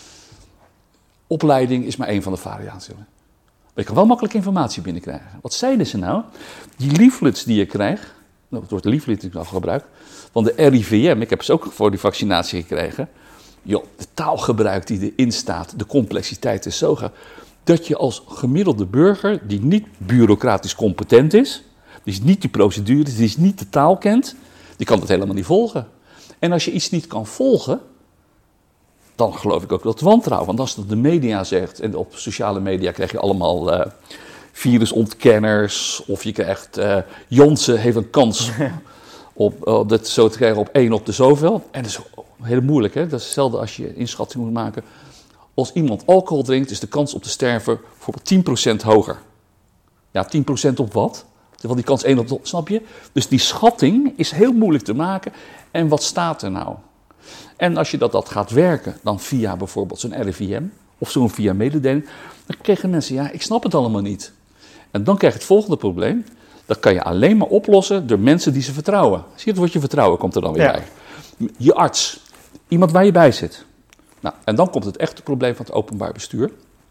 Opleiding is maar één van de variabelen. Maar je kan wel makkelijk informatie binnenkrijgen. Wat zeiden ze nou? Die leaflets die je krijgt. Nou, het wordt leaflet natuurlijk al gebruikt, van de RIVM, ik heb ze ook voor die vaccinatie gekregen. Joh, de taalgebruik die erin staat, de complexiteit is zo gaaf. dat je als gemiddelde burger, die niet bureaucratisch competent is, die niet die procedures, die niet de taal kent, die kan het helemaal niet volgen. En als je iets niet kan volgen, dan geloof ik ook dat wantrouwen. Want als dat de media zegt, en op sociale media krijg je allemaal virusontkenners, of je krijgt Janssen heeft een kans op dat zo te krijgen op 1 op de zoveel. En dat is heel moeilijk, hè? Dat is hetzelfde als je inschatting moet maken. Als iemand alcohol drinkt, is de kans op te sterven bijvoorbeeld 10% hoger. Ja, 10% op wat? Terwijl die kans 1 op de... Snap je? Dus die schatting is heel moeilijk te maken. En wat staat er nou? En als je dat gaat werken, dan via bijvoorbeeld zo'n RIVM of zo'n via mededeling, dan krijgen mensen, ja, ik snap het allemaal niet. En dan krijg je het volgende probleem. Dat kan je alleen maar oplossen door mensen die ze vertrouwen. Zie je, het woordje vertrouwen komt er dan weer bij. Je arts, iemand waar je bij zit. Nou, en dan komt het echte probleem van het openbaar bestuur.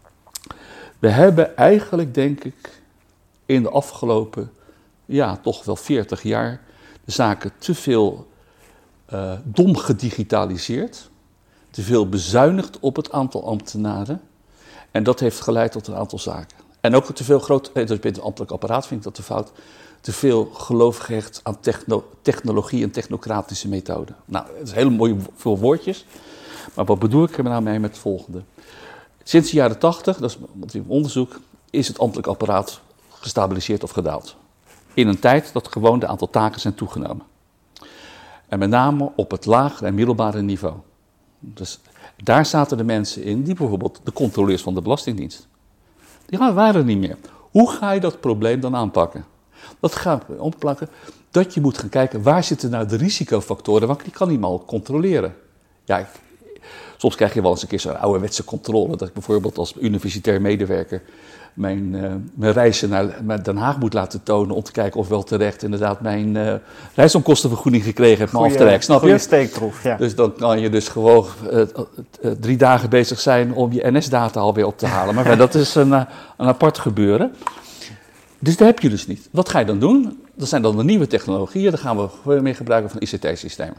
We hebben eigenlijk, denk ik, in de afgelopen, toch wel 40 jaar, de zaken te veel dom gedigitaliseerd, te veel bezuinigd op het aantal ambtenaren. En dat heeft geleid tot een aantal zaken. En ook te veel dus bij het ambtelijk apparaat vind ik dat de fout, te veel geloof gehecht aan technologie en technocratische methoden. Nou, dat is hele mooie veel woordjes. Maar wat bedoel ik er nou mee met het volgende? Sinds de jaren 80, dat is wat in onderzoek, is het ambtelijk apparaat gestabiliseerd of gedaald. In een tijd dat gewoon de aantal taken zijn toegenomen. En met name op het lagere en middelbare niveau. Dus daar zaten de mensen in die bijvoorbeeld de controleurs van de Belastingdienst. Die waren er niet meer. Hoe ga je dat probleem dan aanpakken? Dat gaat omplakken dat je moet gaan kijken waar zitten nou de risicofactoren, want die kan niemand controleren. Ja, soms krijg je wel eens een keer zo'n ouderwetse controle, dat ik bijvoorbeeld als universitair medewerker mijn reizen naar Den Haag moet laten tonen om te kijken of wel terecht inderdaad mijn reisonkostenvergoeding gekregen heb, maar af te reiken, snap je? Goeie steekproef, ja. Dus dan kan je dus gewoon 3 dagen bezig zijn om je NS-data alweer op te halen. Maar dat is een apart gebeuren. Dus dat heb je dus niet. Wat ga je dan doen? Dat zijn dan de nieuwe technologieën, daar gaan we mee gebruiken van ICT-systemen.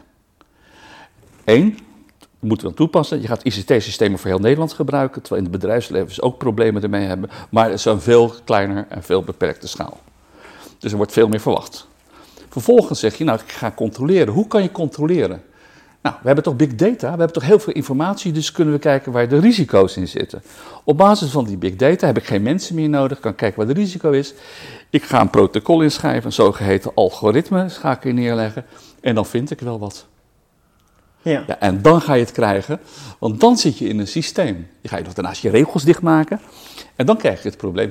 1, moeten we dan toepassen. Je gaat ICT-systemen voor heel Nederland gebruiken, terwijl in het bedrijfsleven ze ook problemen ermee hebben. Maar het is een veel kleiner en veel beperkte schaal. Dus er wordt veel meer verwacht. Vervolgens zeg je, nou, ik ga controleren. Hoe kan je controleren? Nou, we hebben toch big data, we hebben toch heel veel informatie, dus kunnen we kijken waar de risico's in zitten. Op basis van die big data heb ik geen mensen meer nodig, kan kijken waar de risico is. Ik ga een protocol inschrijven, een zogeheten algoritme ga ik neerleggen en dan vind ik wel wat. Ja, en dan ga je het krijgen, want dan zit je in een systeem. Je gaat daarnaast je regels dichtmaken en dan krijg je het probleem,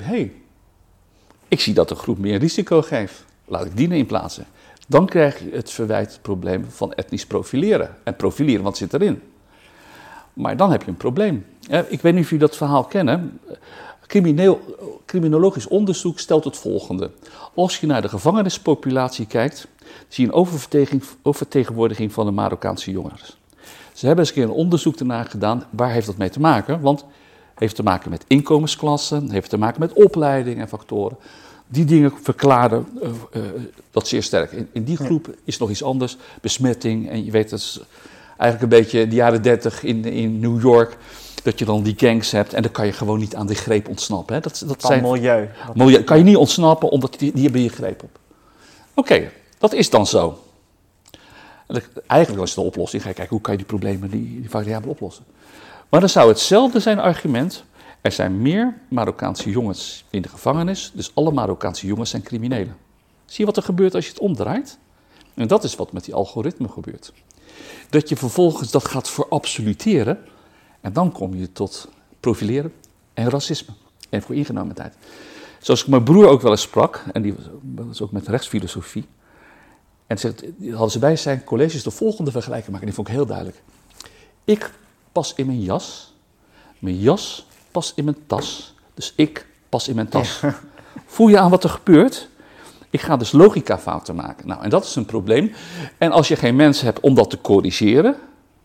ik zie dat een groep meer risico geeft, laat ik die erin plaatsen. Dan krijg je het verwijtprobleem van etnisch profileren. En profileren, wat zit erin? Maar dan heb je een probleem. Ik weet niet of jullie dat verhaal kennen. Criminologisch onderzoek stelt het volgende. Als je naar de gevangenispopulatie kijkt, zie je een oververtegenwoordiging van de Marokkaanse jongeren. Ze hebben eens een keer een onderzoek ernaar gedaan. Waar heeft dat mee te maken? Want het heeft te maken met inkomensklassen, heeft te maken met opleiding en factoren. Die dingen verklaren dat zeer sterk. In die groep is nog iets anders, besmetting. En je weet, dat is eigenlijk een beetje de jaren 30 in New York, dat je dan die gangs hebt. En dan kan je gewoon niet aan die greep ontsnappen. Hè. Dat zijn milieu. Milieu kan je niet ontsnappen, omdat die hebben je greep op. Oké, dat is dan zo. Eigenlijk is het de oplossing. Ga je kijken, hoe kan je die problemen, die variabelen oplossen. Maar dan zou hetzelfde zijn argument. Er zijn meer Marokkaanse jongens in de gevangenis, dus alle Marokkaanse jongens zijn criminelen. Zie je wat er gebeurt als je het omdraait? En dat is wat met die algoritme gebeurt. Dat je vervolgens dat gaat verabsoluteren en dan kom je tot profileren en racisme en voor ingenomenheid. Zoals ik mijn broer ook wel eens sprak, en die was ook met rechtsfilosofie, en hadden ze bij zijn colleges de volgende vergelijking maken, die vond ik heel duidelijk. Ik pas in mijn jas past in mijn tas, dus ik pas in mijn tas. Ja. Voel je aan wat er gebeurt? Ik ga dus logicafouten maken. Nou, en dat is een probleem. En als je geen mensen hebt om dat te corrigeren,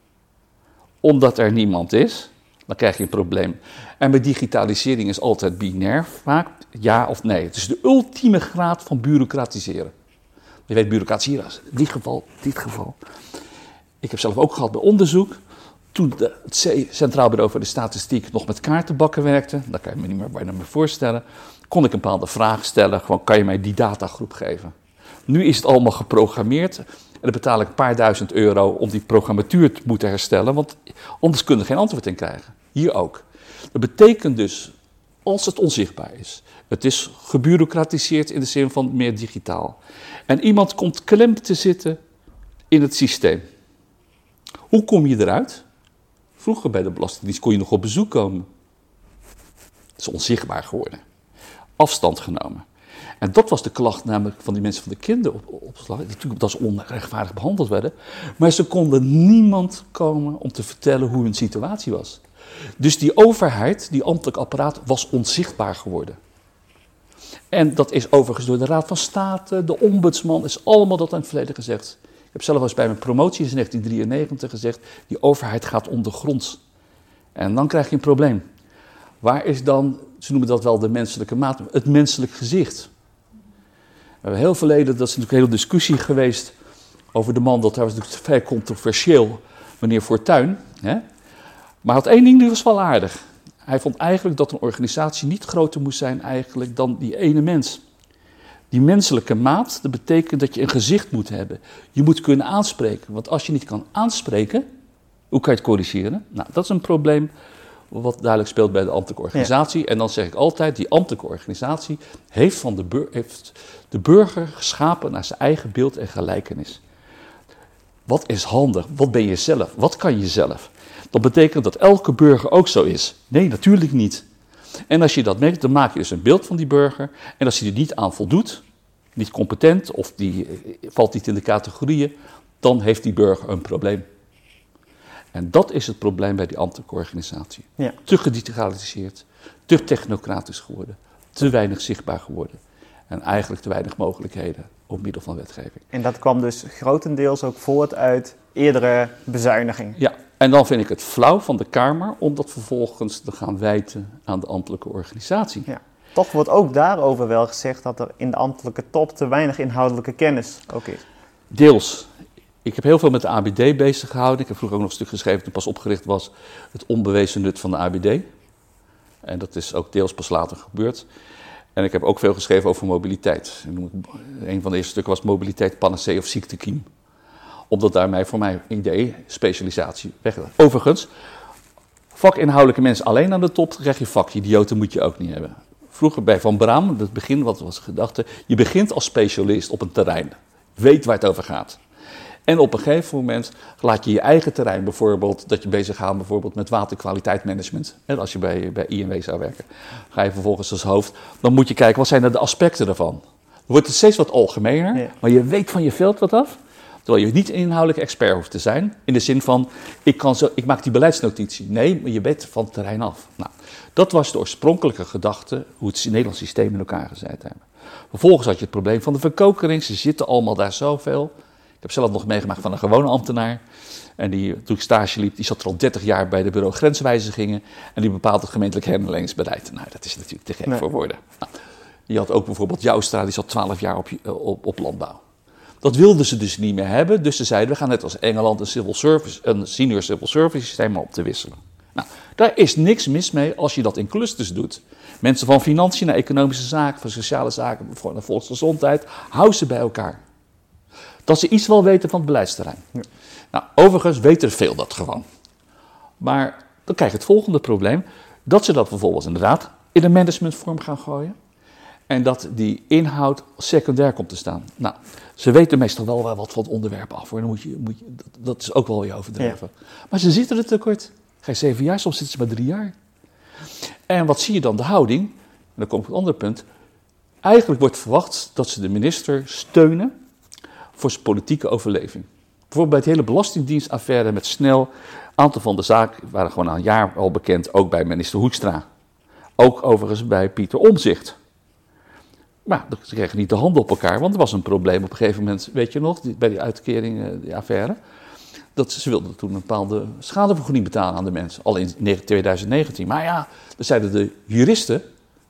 omdat er niemand is, dan krijg je een probleem. En bij digitalisering is altijd binair vaak, ja of nee. Het is de ultieme graad van bureaucratiseren. Je weet, bureaucratiseren, dit geval. Ik heb zelf ook gehad bij onderzoek. Toen het Centraal Bureau voor de Statistiek nog met kaartenbakken werkte, dat kan je me niet meer bijna meer voorstellen, kon ik een bepaalde vraag stellen, gewoon kan je mij die datagroep geven? Nu is het allemaal geprogrammeerd en dan betaal ik een paar duizend euro om die programmatuur te moeten herstellen, want anders kunnen we geen antwoord in krijgen. Hier ook. Dat betekent dus, als het onzichtbaar is, het is gebureaucratiseerd in de zin van meer digitaal. En iemand komt klem te zitten in het systeem. Hoe kom je eruit? Vroeger bij de Belastingdienst kon je nog op bezoek komen. Het is onzichtbaar geworden. Afstand genomen. En dat was de klacht namelijk van die mensen van de kinderopslag, die natuurlijk dat ze onrechtvaardig behandeld werden. Maar ze konden niemand komen om te vertellen hoe hun situatie was. Dus die overheid, die ambtelijk apparaat, was onzichtbaar geworden. En dat is overigens door de Raad van State, de ombudsman, is allemaal dat in het verleden gezegd. Ik heb zelf wel eens bij mijn promotie in 1993 gezegd, die overheid gaat ondergronds. En dan krijg je een probleem. Waar is dan, ze noemen dat wel de menselijke maat, het menselijk gezicht? We hebben heel verleden, dat is natuurlijk een hele discussie geweest over de man, dat was natuurlijk vrij controversieel, meneer Fortuyn. Hè? Maar hij had één ding, die was wel aardig. Hij vond eigenlijk dat een organisatie niet groter moest zijn eigenlijk dan die ene mens. Die menselijke maat, dat betekent dat je een gezicht moet hebben. Je moet kunnen aanspreken. Want als je niet kan aanspreken, hoe kan je het corrigeren? Nou, dat is een probleem wat duidelijk speelt bij de ambtelijke organisatie. Ja. En dan zeg ik altijd, die ambtelijke organisatie heeft de burger geschapen naar zijn eigen beeld en gelijkenis. Wat is handig? Wat ben je zelf? Wat kan je zelf? Dat betekent dat elke burger ook zo is. Nee, natuurlijk niet. En als je dat merkt, dan maak je dus een beeld van die burger. En als hij er niet aan voldoet, niet competent of die valt niet in de categorieën, dan heeft die burger een probleem. En dat is het probleem bij die ambtelijke organisatie. Ja. Te gedigitaliseerd, te technocratisch geworden, te weinig zichtbaar geworden. En eigenlijk te weinig mogelijkheden op middel van wetgeving. En dat kwam dus grotendeels ook voort uit eerdere bezuiniging. Ja, en dan vind ik het flauw van de Kamer om dat vervolgens te gaan wijten aan de ambtelijke organisatie. Ja. Toch wordt ook daarover wel gezegd dat er in de ambtelijke top te weinig inhoudelijke kennis ook is. Deels. Ik heb heel veel met de ABD bezig gehouden. Ik heb vroeger ook nog een stuk geschreven toen pas opgericht was, het onbewezen nut van de ABD. En dat is ook deels pas later gebeurd. En ik heb ook veel geschreven over mobiliteit. Een van de eerste stukken was mobiliteit, panacee of ziektekiem. Omdat daarmee voor mijn idee specialisatie weggaat. Overigens, vakinhoudelijke mensen alleen aan de top, krijg je vakidioten, moet je ook niet hebben. Vroeger bij Van Braam, het begin wat was de gedachte, je begint als specialist op een terrein. Weet waar het over gaat. En op een gegeven moment laat je je eigen terrein bijvoorbeeld, dat je bezig gaat bijvoorbeeld met waterkwaliteitsmanagement. En als je bij INW zou werken, ga je vervolgens als hoofd, dan moet je kijken, wat zijn de aspecten daarvan? Dan wordt het steeds wat algemener, ja. Maar je weet van je veld wat af. Terwijl je niet een inhoudelijk expert hoeft te zijn, in de zin van, ik maak die beleidsnotitie. Nee, maar je weet van het terrein af. Nou, dat was de oorspronkelijke gedachte, hoe het Nederlands systeem in elkaar gezet hebben. Vervolgens had je het probleem van de verkokering, ze zitten allemaal daar zoveel. Ik heb zelf nog meegemaakt van een gewone ambtenaar. En toen ik stage liep, die zat er al 30 jaar bij de bureau grenswijzigingen. En die bepaalt het gemeentelijk herinnerlingsbeleid. Nou, dat is natuurlijk te gek voor woorden. Nou, je had ook bijvoorbeeld Joustra, die zat 12 jaar op landbouw. Dat wilden ze dus niet meer hebben. Dus ze zeiden, we gaan net als Engeland een senior civil service systeem op te wisselen. Nou, daar is niks mis mee als je dat in clusters doet. Mensen van financiën naar economische zaken, van sociale zaken, naar volksgezondheid, hou ze bij elkaar. Dat ze iets wel weten van het beleidsterrein. Ja. Nou, overigens weten veel dat gewoon. Maar dan krijg je het volgende probleem. Dat ze dat vervolgens inderdaad in een managementvorm gaan gooien. En dat die inhoud secundair komt te staan. Nou, ze weten meestal wel wat van het onderwerp af. Hoor. Dan dat is ook wel weer overdreven. Ja. Maar ze zitten er tekort. Ga je 7 jaar, soms zitten ze maar 3 jaar. En wat zie je dan? De houding. En dan kom ik op het andere punt. Eigenlijk wordt verwacht dat ze de minister steunen voor zijn politieke overleving. Bijvoorbeeld bij het hele belastingdienstaffaire met Snel. Een aantal van de zaken waren gewoon al een jaar al bekend, ook bij minister Hoekstra. Ook overigens bij Pieter Omtzigt. Maar ze kregen niet de handen op elkaar, want er was een probleem op een gegeven moment, weet je nog, bij die uitkering, die affaire. Dat ze wilden toen een bepaalde schadevergoeding betalen aan de mensen, al in 2019. Maar ja, dan zeiden de juristen,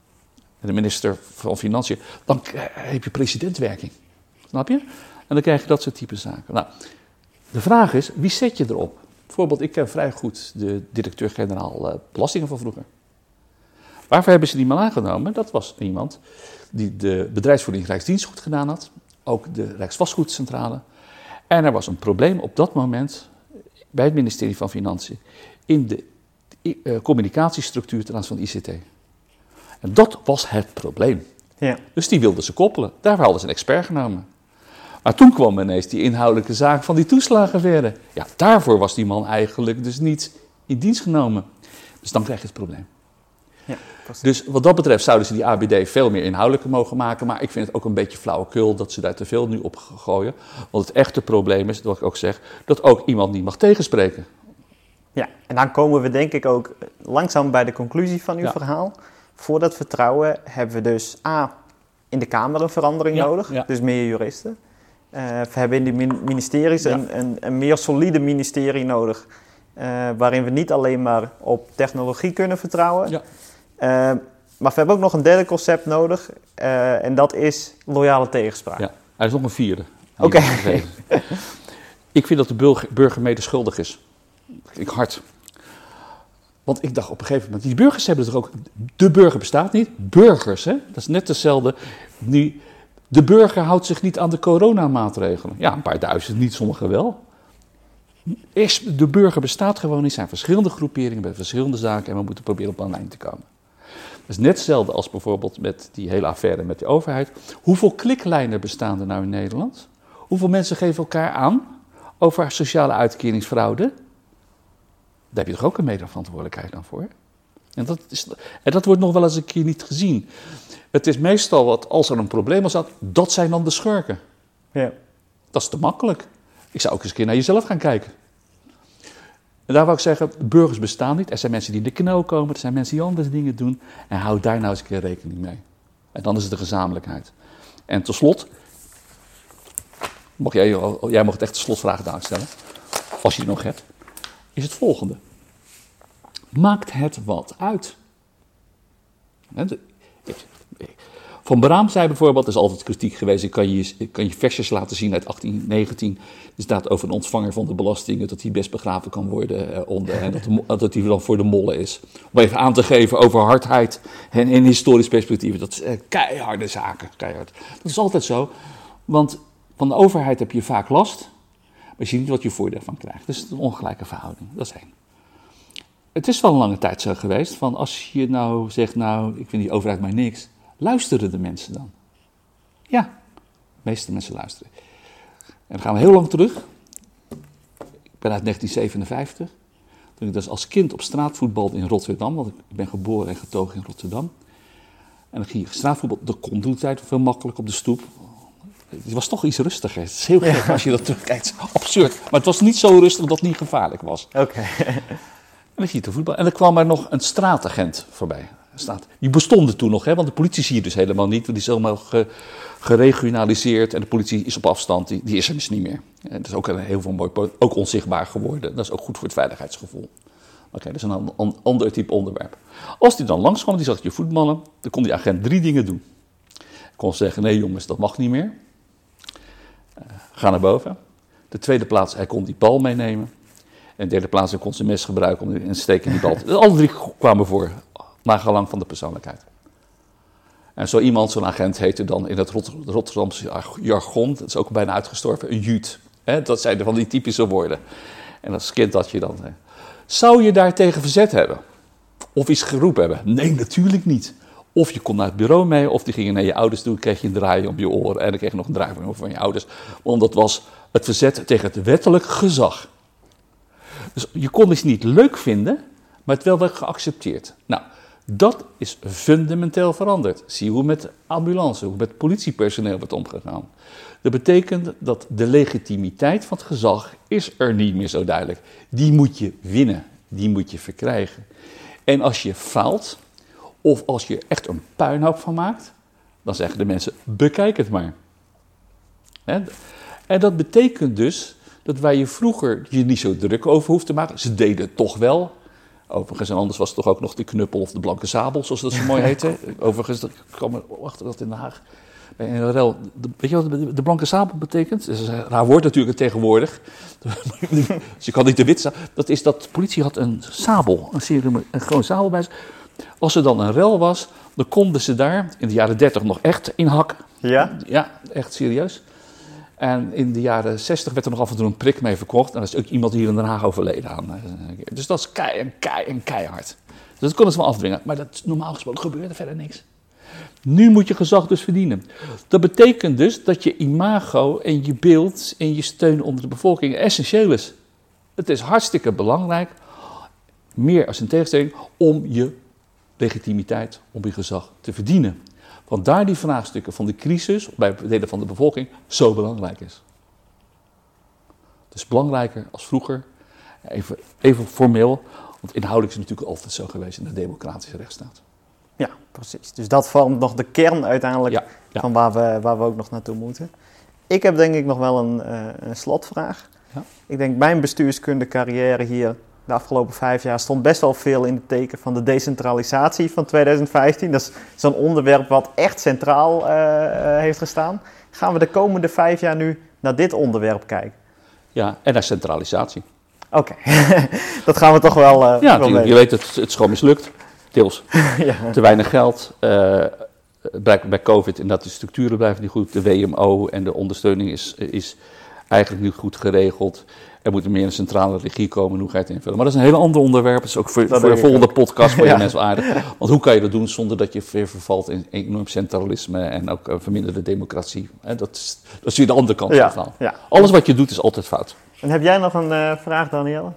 de minister van Financiën, dan heb je precedentwerking. Snap je? En dan krijg je dat soort type zaken. Nou, de vraag is, wie zet je erop? Bijvoorbeeld, ik ken vrij goed de directeur-generaal Belastingen van vroeger. Waarvoor hebben ze die man aangenomen? Dat was iemand die de bedrijfsvoering Rijksdienst goed gedaan had. Ook de Rijksvastgoedcentrale. En er was een probleem op dat moment bij het ministerie van Financiën in de communicatiestructuur ten aanzien van de ICT. En dat was het probleem. Ja. Dus die wilden ze koppelen. Daarvoor hadden ze een expert genomen. Maar toen kwam ineens die inhoudelijke zaak van die toeslagenaffaire. Ja, daarvoor was die man eigenlijk dus niet in dienst genomen. Dus dan krijg je het probleem. Ja, dus wat dat betreft zouden ze die ABD veel meer inhoudelijker mogen maken. Maar ik vind het ook een beetje flauwekul dat ze daar te veel nu op gooien. Want het echte probleem is, wat ik ook zeg, dat ook iemand niet mag tegenspreken. Ja, en dan komen we denk ik ook langzaam bij de conclusie van uw verhaal. Voor dat vertrouwen hebben we dus in de Kamer een verandering nodig. Ja. Dus meer juristen. We hebben in de ministeries een meer solide ministerie nodig. Waarin we niet alleen maar op technologie kunnen vertrouwen. Ja. Maar we hebben ook nog een derde concept nodig. En dat is loyale tegenspraak. Ja, er is nog een vierde. Oké. Ik vind dat de burger mede schuldig is. Ik hard. Want ik dacht op een gegeven moment, die burgers hebben het er ook... De burger bestaat niet, burgers, hè? Dat is net hetzelfde. De burger houdt zich niet aan de coronamaatregelen. Ja, een paar duizend niet, sommigen wel. De burger bestaat gewoon niet. Er zijn verschillende groeperingen bij verschillende zaken en we moeten proberen op een lijn te komen. Dat is net hetzelfde als bijvoorbeeld met die hele affaire met de overheid. Hoeveel kliklijnen bestaan er nou in Nederland? Hoeveel mensen geven elkaar aan over sociale uitkeringsfraude? Daar heb je toch ook een medeverantwoordelijkheid dan voor? En dat wordt nog wel eens een keer niet gezien. Het is meestal wat, als er een probleem is, dat zijn dan de schurken. Ja. Dat is te makkelijk. Ik zou ook eens een keer naar jezelf gaan kijken. En daar wou ik zeggen, burgers bestaan niet. Er zijn mensen die in de knel komen, er zijn mensen die andere dingen doen. En houd daar nou eens een keer rekening mee. En dan is het de gezamenlijkheid. En tot slot, jij mag het echt de slotvraag daar stellen, als je die nog hebt, is het volgende. Maakt het wat uit? Van Braam zei bijvoorbeeld, er is altijd kritiek geweest, ik kan je versjes laten zien uit 1819. Er staat over een ontvanger van de belastingen, dat hij best begraven kan worden en dat hij dan voor de mollen is. Om even aan te geven over hardheid en in historisch perspectief. Dat is keiharde zaken, keihard. Dat is altijd zo, want van de overheid heb je vaak last, maar je ziet niet wat je voordeel van krijgt. Dus het is een ongelijke verhouding, dat is één. Het is wel een lange tijd zo geweest, van als je nou zegt, ik vind die overheid maar niks. Luisteren de mensen dan? Ja, de meeste mensen luisteren. En dan gaan we heel lang terug. Ik ben uit 1957. Toen ik dus als kind op straat voetbalde in Rotterdam. Want ik ben geboren en getogen in Rotterdam. En dan ging je straatvoetbal. Dat kon toen tijd veel makkelijk op de stoep. Het was toch iets rustiger. Het is heel gek als je dat terugkijkt. Absurd. Maar het was niet zo rustig dat het niet gevaarlijk was. Oké. En dan zie je te voetbal. En er kwam er nog een straatagent voorbij. Die bestonden toen nog, want de politie zie je dus helemaal niet. Die is helemaal geregionaliseerd en de politie is op afstand. Die is er dus niet meer. En dat is ook heel veel mooi, ook onzichtbaar geworden. Dat is ook goed voor het veiligheidsgevoel. Oké, dat is een ander type onderwerp. Als die dan langskwam, die zag je voetballen, dan kon die agent 3 dingen doen. Hij kon zeggen, nee jongens, dat mag niet meer. Ga naar boven. De tweede plaats, hij kon die bal meenemen. En de derde plaats, hij kon zijn mes gebruiken om een steek in die bal. Alle 3 kwamen voor. Naar gelang van de persoonlijkheid. En zo iemand, zo'n agent, heette dan in het Rotterdamse jargon, dat is ook bijna uitgestorven, een juut. Dat zijn van die typische woorden. En als kind had je dan... Zou je daar tegen verzet hebben? Of iets geroepen hebben? Nee, natuurlijk niet. Of je kon naar het bureau mee, of die gingen naar je ouders toe, kreeg je een draai om je oren en dan kreeg je nog een draai van je ouders. Want dat was het verzet tegen het wettelijk gezag. Dus je kon het niet leuk vinden, maar het wel werd geaccepteerd. Nou, dat is fundamenteel veranderd. Zie hoe met ambulance, hoe met politiepersoneel wordt omgegaan. Dat betekent dat de legitimiteit van het gezag is er niet meer zo duidelijk. Die moet je winnen, die moet je verkrijgen. En als je faalt, of als je echt een puinhoop van maakt, dan zeggen de mensen, bekijk het maar. En dat betekent dus dat waar je vroeger je niet zo druk over hoeft te maken, ze deden het toch wel. Overigens, en anders was het toch ook nog de knuppel of de blanke sabel, zoals dat zo mooi heette. Overigens, ik kwam erachter dat in Den Haag bij een rel, weet je wat de blanke sabel betekent? Dat is een raar woord natuurlijk tegenwoordig. Dus je kan niet de wit sabel. Dat is dat de politie had een sabel, een gewoon sabel bij zich. Als er dan een rel was, dan konden ze daar in de jaren 30 nog echt inhakken. Ja? Ja, echt serieus. En in de jaren 60 werd er nog af en toe een prik mee verkocht. En dat is ook iemand hier in Den Haag overleden aan. Dus dat is keihard. Dus dat konden ze wel afdwingen. Maar dat, normaal gesproken gebeurde verder niks. Nu moet je gezag dus verdienen. Dat betekent dus dat je imago en je beeld en je steun onder de bevolking essentieel is. Het is hartstikke belangrijk, meer als een tegenstelling, om je legitimiteit, om je gezag te verdienen. Want daar die vraagstukken van de crisis bij delen van de bevolking zo belangrijk is. Het is belangrijker als vroeger, even formeel, want inhoudelijk is het natuurlijk altijd zo geweest in de democratische rechtsstaat. Ja, precies. Dus dat vormt nog de kern uiteindelijk Ja. van waar we ook nog naartoe moeten. Ik heb denk ik nog wel een slotvraag. Ja. Ik denk mijn bestuurskunde-carrière hier de afgelopen 5 jaar stond best wel veel in het teken van de decentralisatie van 2015. Dat is zo'n onderwerp wat echt centraal heeft gestaan. Gaan we de komende 5 jaar nu naar dit onderwerp kijken? Ja, en naar centralisatie. Oké, dat gaan we toch wel Ja, wel je weet het is gewoon mislukt. Deels. Ja. Te weinig geld. Bij COVID en dat de structuren blijven niet goed. De WMO en de ondersteuning is eigenlijk niet goed geregeld. Er moet meer een centrale regie komen. Hoe ga je het invullen? Maar dat is een heel ander onderwerp. Dat is ook voor de volgende podcast voor je mensen wel aardig. Want hoe kan je dat doen zonder dat je weer vervalt in enorm centralisme en ook verminderde democratie? Dat is weer de andere kant van het verhaal. Ja. Alles wat je doet is altijd fout. En heb jij nog een vraag, Danielle?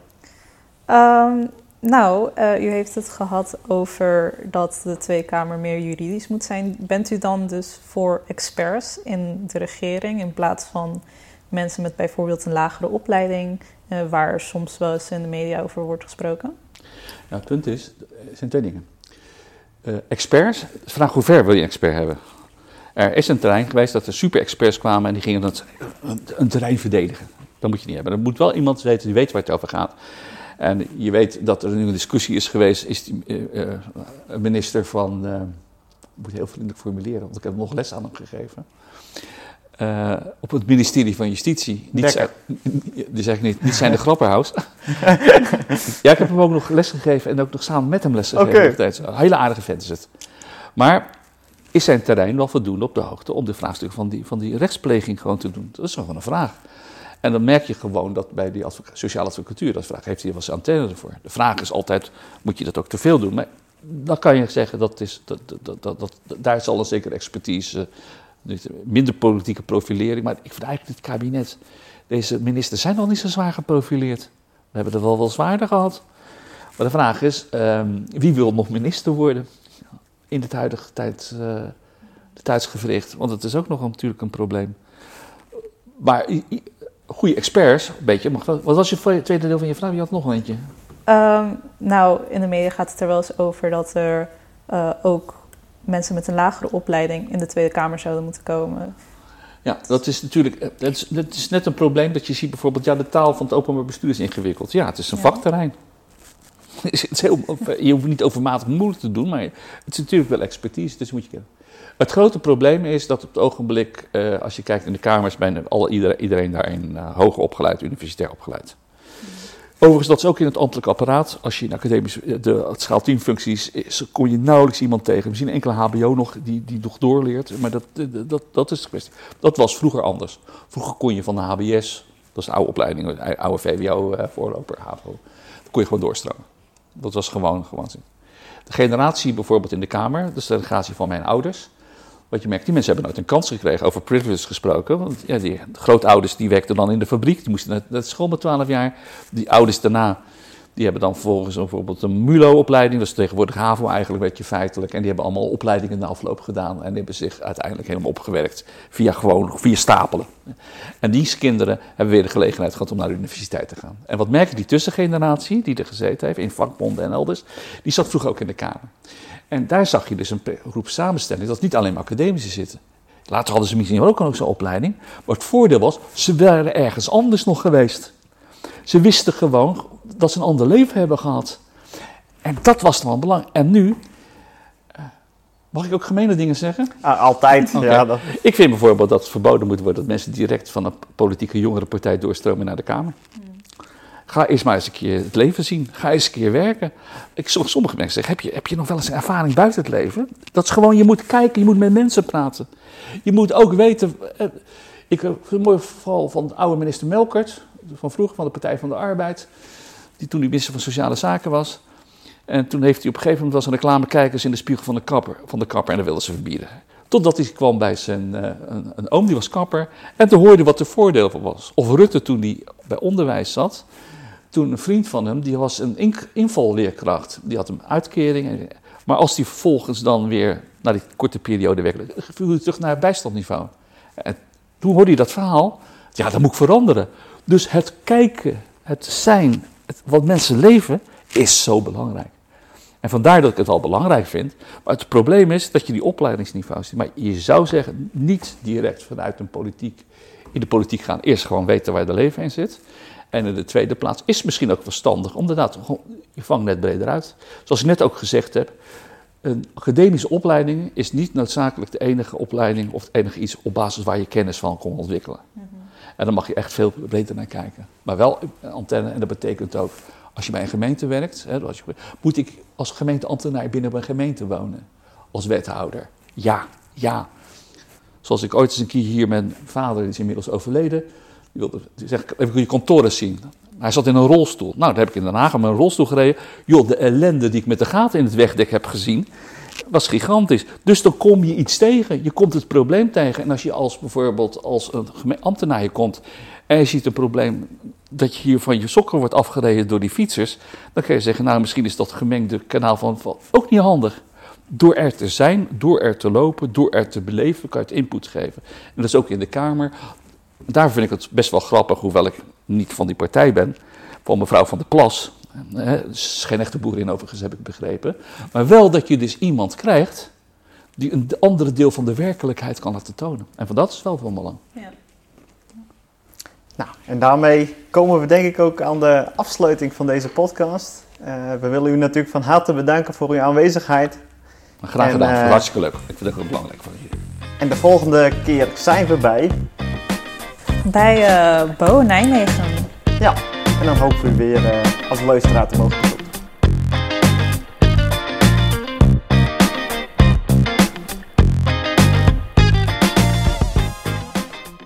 U heeft het gehad over dat de Tweede Kamer meer juridisch moet zijn. Bent u dan dus voor experts in de regering in plaats van mensen met bijvoorbeeld een lagere opleiding, waar soms wel eens in de media over wordt gesproken? Ja, het punt is, er zijn 2 dingen. Experts, de vraag hoe ver wil je een expert hebben? Er is een terrein geweest dat er super-experts kwamen en die gingen een terrein verdedigen. Dat moet je niet hebben. Er moet wel iemand weten die weet waar het over gaat. En je weet dat er nu een discussie is geweest, is die minister van, ik moet heel vriendelijk formuleren, want ik heb nog les aan hem gegeven. Op het ministerie van Justitie. Die zeg ik niet zijn de Grapperhaus. Ja, ik heb hem ook nog les gegeven en ook nog samen met hem les gegeven. Okay. Een hele aardige vent is het. Maar is zijn terrein wel voldoende op de hoogte om de vraagstukken van die rechtspleging gewoon te doen? Dat is gewoon een vraag. En dan merk je gewoon dat bij die sociale advocatuur, dat vraag, heeft hij wel zijn antenne ervoor. De vraag is altijd, moet je dat ook te veel doen? Maar dan kan je zeggen, daar zal een zekere expertise, minder politieke profilering. Maar ik vind eigenlijk dit kabinet, deze ministers zijn nog niet zo zwaar geprofileerd. We hebben er wel zwaarder gehad. Maar de vraag is, wie wil nog minister worden in het huidige tijdsgevricht? Want het is ook nog natuurlijk een probleem. Maar goede experts, een beetje. Wat was je tweede deel van je vraag? Je had nog een eentje. In de media gaat het er wel eens over dat er ook mensen met een lagere opleiding in de Tweede Kamer zouden moeten komen. Ja, dat is natuurlijk, dat is net een probleem dat je ziet bijvoorbeeld, de taal van het openbaar bestuur is ingewikkeld. Ja, het is een vakterrein. Je hoeft niet overmatig moeilijk te doen, maar het is natuurlijk wel expertise, dus moet je kennen. Het grote probleem is dat op het ogenblik, als je kijkt in de kamers, bijna iedereen daarin hoger opgeleid, universitair opgeleid. Overigens, dat is ook in het ambtelijk apparaat. Als je in de schaal 10 functies kon je nauwelijks iemand tegen. Misschien een enkele HBO nog die nog doorleert, maar dat is de kwestie. Dat was vroeger anders. Vroeger kon je van de HBS, dat is een oude opleiding, oude VWO-voorloper, HAVO, dan kon je gewoon doorstromen. Dat was gewoon zin. De generatie bijvoorbeeld in de Kamer, dus de generatie van mijn ouders. Wat je merkt, die mensen hebben nooit een kans gekregen, over privilege gesproken. Want ja, die grootouders die werkten dan in de fabriek, die moesten naar school met 12 jaar. Die ouders daarna, die hebben dan vervolgens bijvoorbeeld een MULO-opleiding, dat is tegenwoordig HAVO eigenlijk, weet je, feitelijk. En die hebben allemaal opleidingen na afloop gedaan en die hebben zich uiteindelijk helemaal opgewerkt via stapelen. En die kinderen hebben weer de gelegenheid gehad om naar de universiteit te gaan. En wat merk je, die tussengeneratie die er gezeten heeft, in vakbonden en elders, die zat vroeger ook in de Kamer. En daar zag je dus een groep samenstelling, dat niet alleen maar academici zitten. Later hadden ze misschien ook zo'n opleiding. Maar het voordeel was, ze waren ergens anders nog geweest. Ze wisten gewoon dat ze een ander leven hebben gehad. En dat was dan belangrijk. En nu, Mag ik ook gemene dingen zeggen? Altijd, Oké. ja. Ik vind bijvoorbeeld dat het verboden moet worden dat mensen direct van een politieke jongerenpartij doorstromen naar de Kamer. Ga eerst maar eens een keer het leven zien. Ga eens een keer werken. Sommige mensen zeggen, heb je nog wel eens een ervaring buiten het leven? Dat is gewoon, je moet kijken, je moet met mensen praten. Je moet ook weten... Ik heb een mooi verhaal van de oude minister Melkert, van vroeger, van de Partij van de Arbeid, die toen minister van Sociale Zaken was. En toen heeft hij op een gegeven moment was een reclamekijkers in de spiegel van de kapper en dat wilden ze verbieden. Totdat hij kwam bij een oom, die was kapper, en toen hoorde wat de voordeel van was. Of Rutte, toen hij bij onderwijs zat, toen een vriend van hem, die was een invalleerkracht. Die had een uitkering, maar als die vervolgens dan weer, na die korte periode werkelijk, viel hij terug naar het bijstandniveau. En toen hoorde hij dat verhaal, ja, dat moet ik veranderen. Dus het kijken, het zijn, wat mensen leven, is zo belangrijk. En vandaar dat ik het al belangrijk vind. Maar het probleem is dat je die opleidingsniveaus ziet. Maar je zou zeggen, niet direct vanuit in de politiek gaan. Eerst gewoon weten waar je leven in zit. En in de tweede plaats is het misschien ook verstandig om inderdaad je vangnet breder uit. Zoals ik net ook gezegd heb, een academische opleiding is niet noodzakelijk de enige opleiding of het enige iets op basis waar je kennis van kon ontwikkelen. Mm-hmm. En dan mag je echt veel breder naar kijken. Maar wel een antenne, en dat betekent ook, als je bij een gemeente werkt, moet ik als gemeenteambtenaar binnen een gemeente wonen, als wethouder? Ja. Zoals ik ooit eens een keer hier, mijn vader, die is inmiddels overleden, die zegt, even je kantoor eens zien. Hij zat in een rolstoel. Nou, daar heb ik in Den Haag met een rolstoel gereden. Joh, de ellende die ik met de gaten in het wegdek heb gezien, was gigantisch. Dus dan kom je iets tegen. Je komt het probleem tegen. En als je bijvoorbeeld als een ambtenaar hier komt en je ziet een probleem dat je hier van je sokken wordt afgereden door die fietsers, dan kun je zeggen, nou, misschien is dat gemengde kanaal van ook niet handig. Door er te zijn, door er te lopen, door er te beleven, kan je het input geven. En dat is ook in de Kamer. Daar vind ik het best wel grappig, hoewel ik niet van die partij ben, van mevrouw Van der Plas. Ze is geen echte boerin overigens, heb ik begrepen. Maar wel dat je dus iemand krijgt die een andere deel van de werkelijkheid kan laten tonen. En van dat is wel van belang. Ja. Nou, en daarmee komen we denk ik ook aan de afsluiting van deze podcast. We willen u natuurlijk van harte bedanken voor uw aanwezijkheid. Graag gedaan, het was hartstikke leuk. Ik vind het ook belangrijk voor jullie. En de volgende keer zijn we bij Bo Nijmegen. Ja, en dan hopen we weer als luisteraar te mogen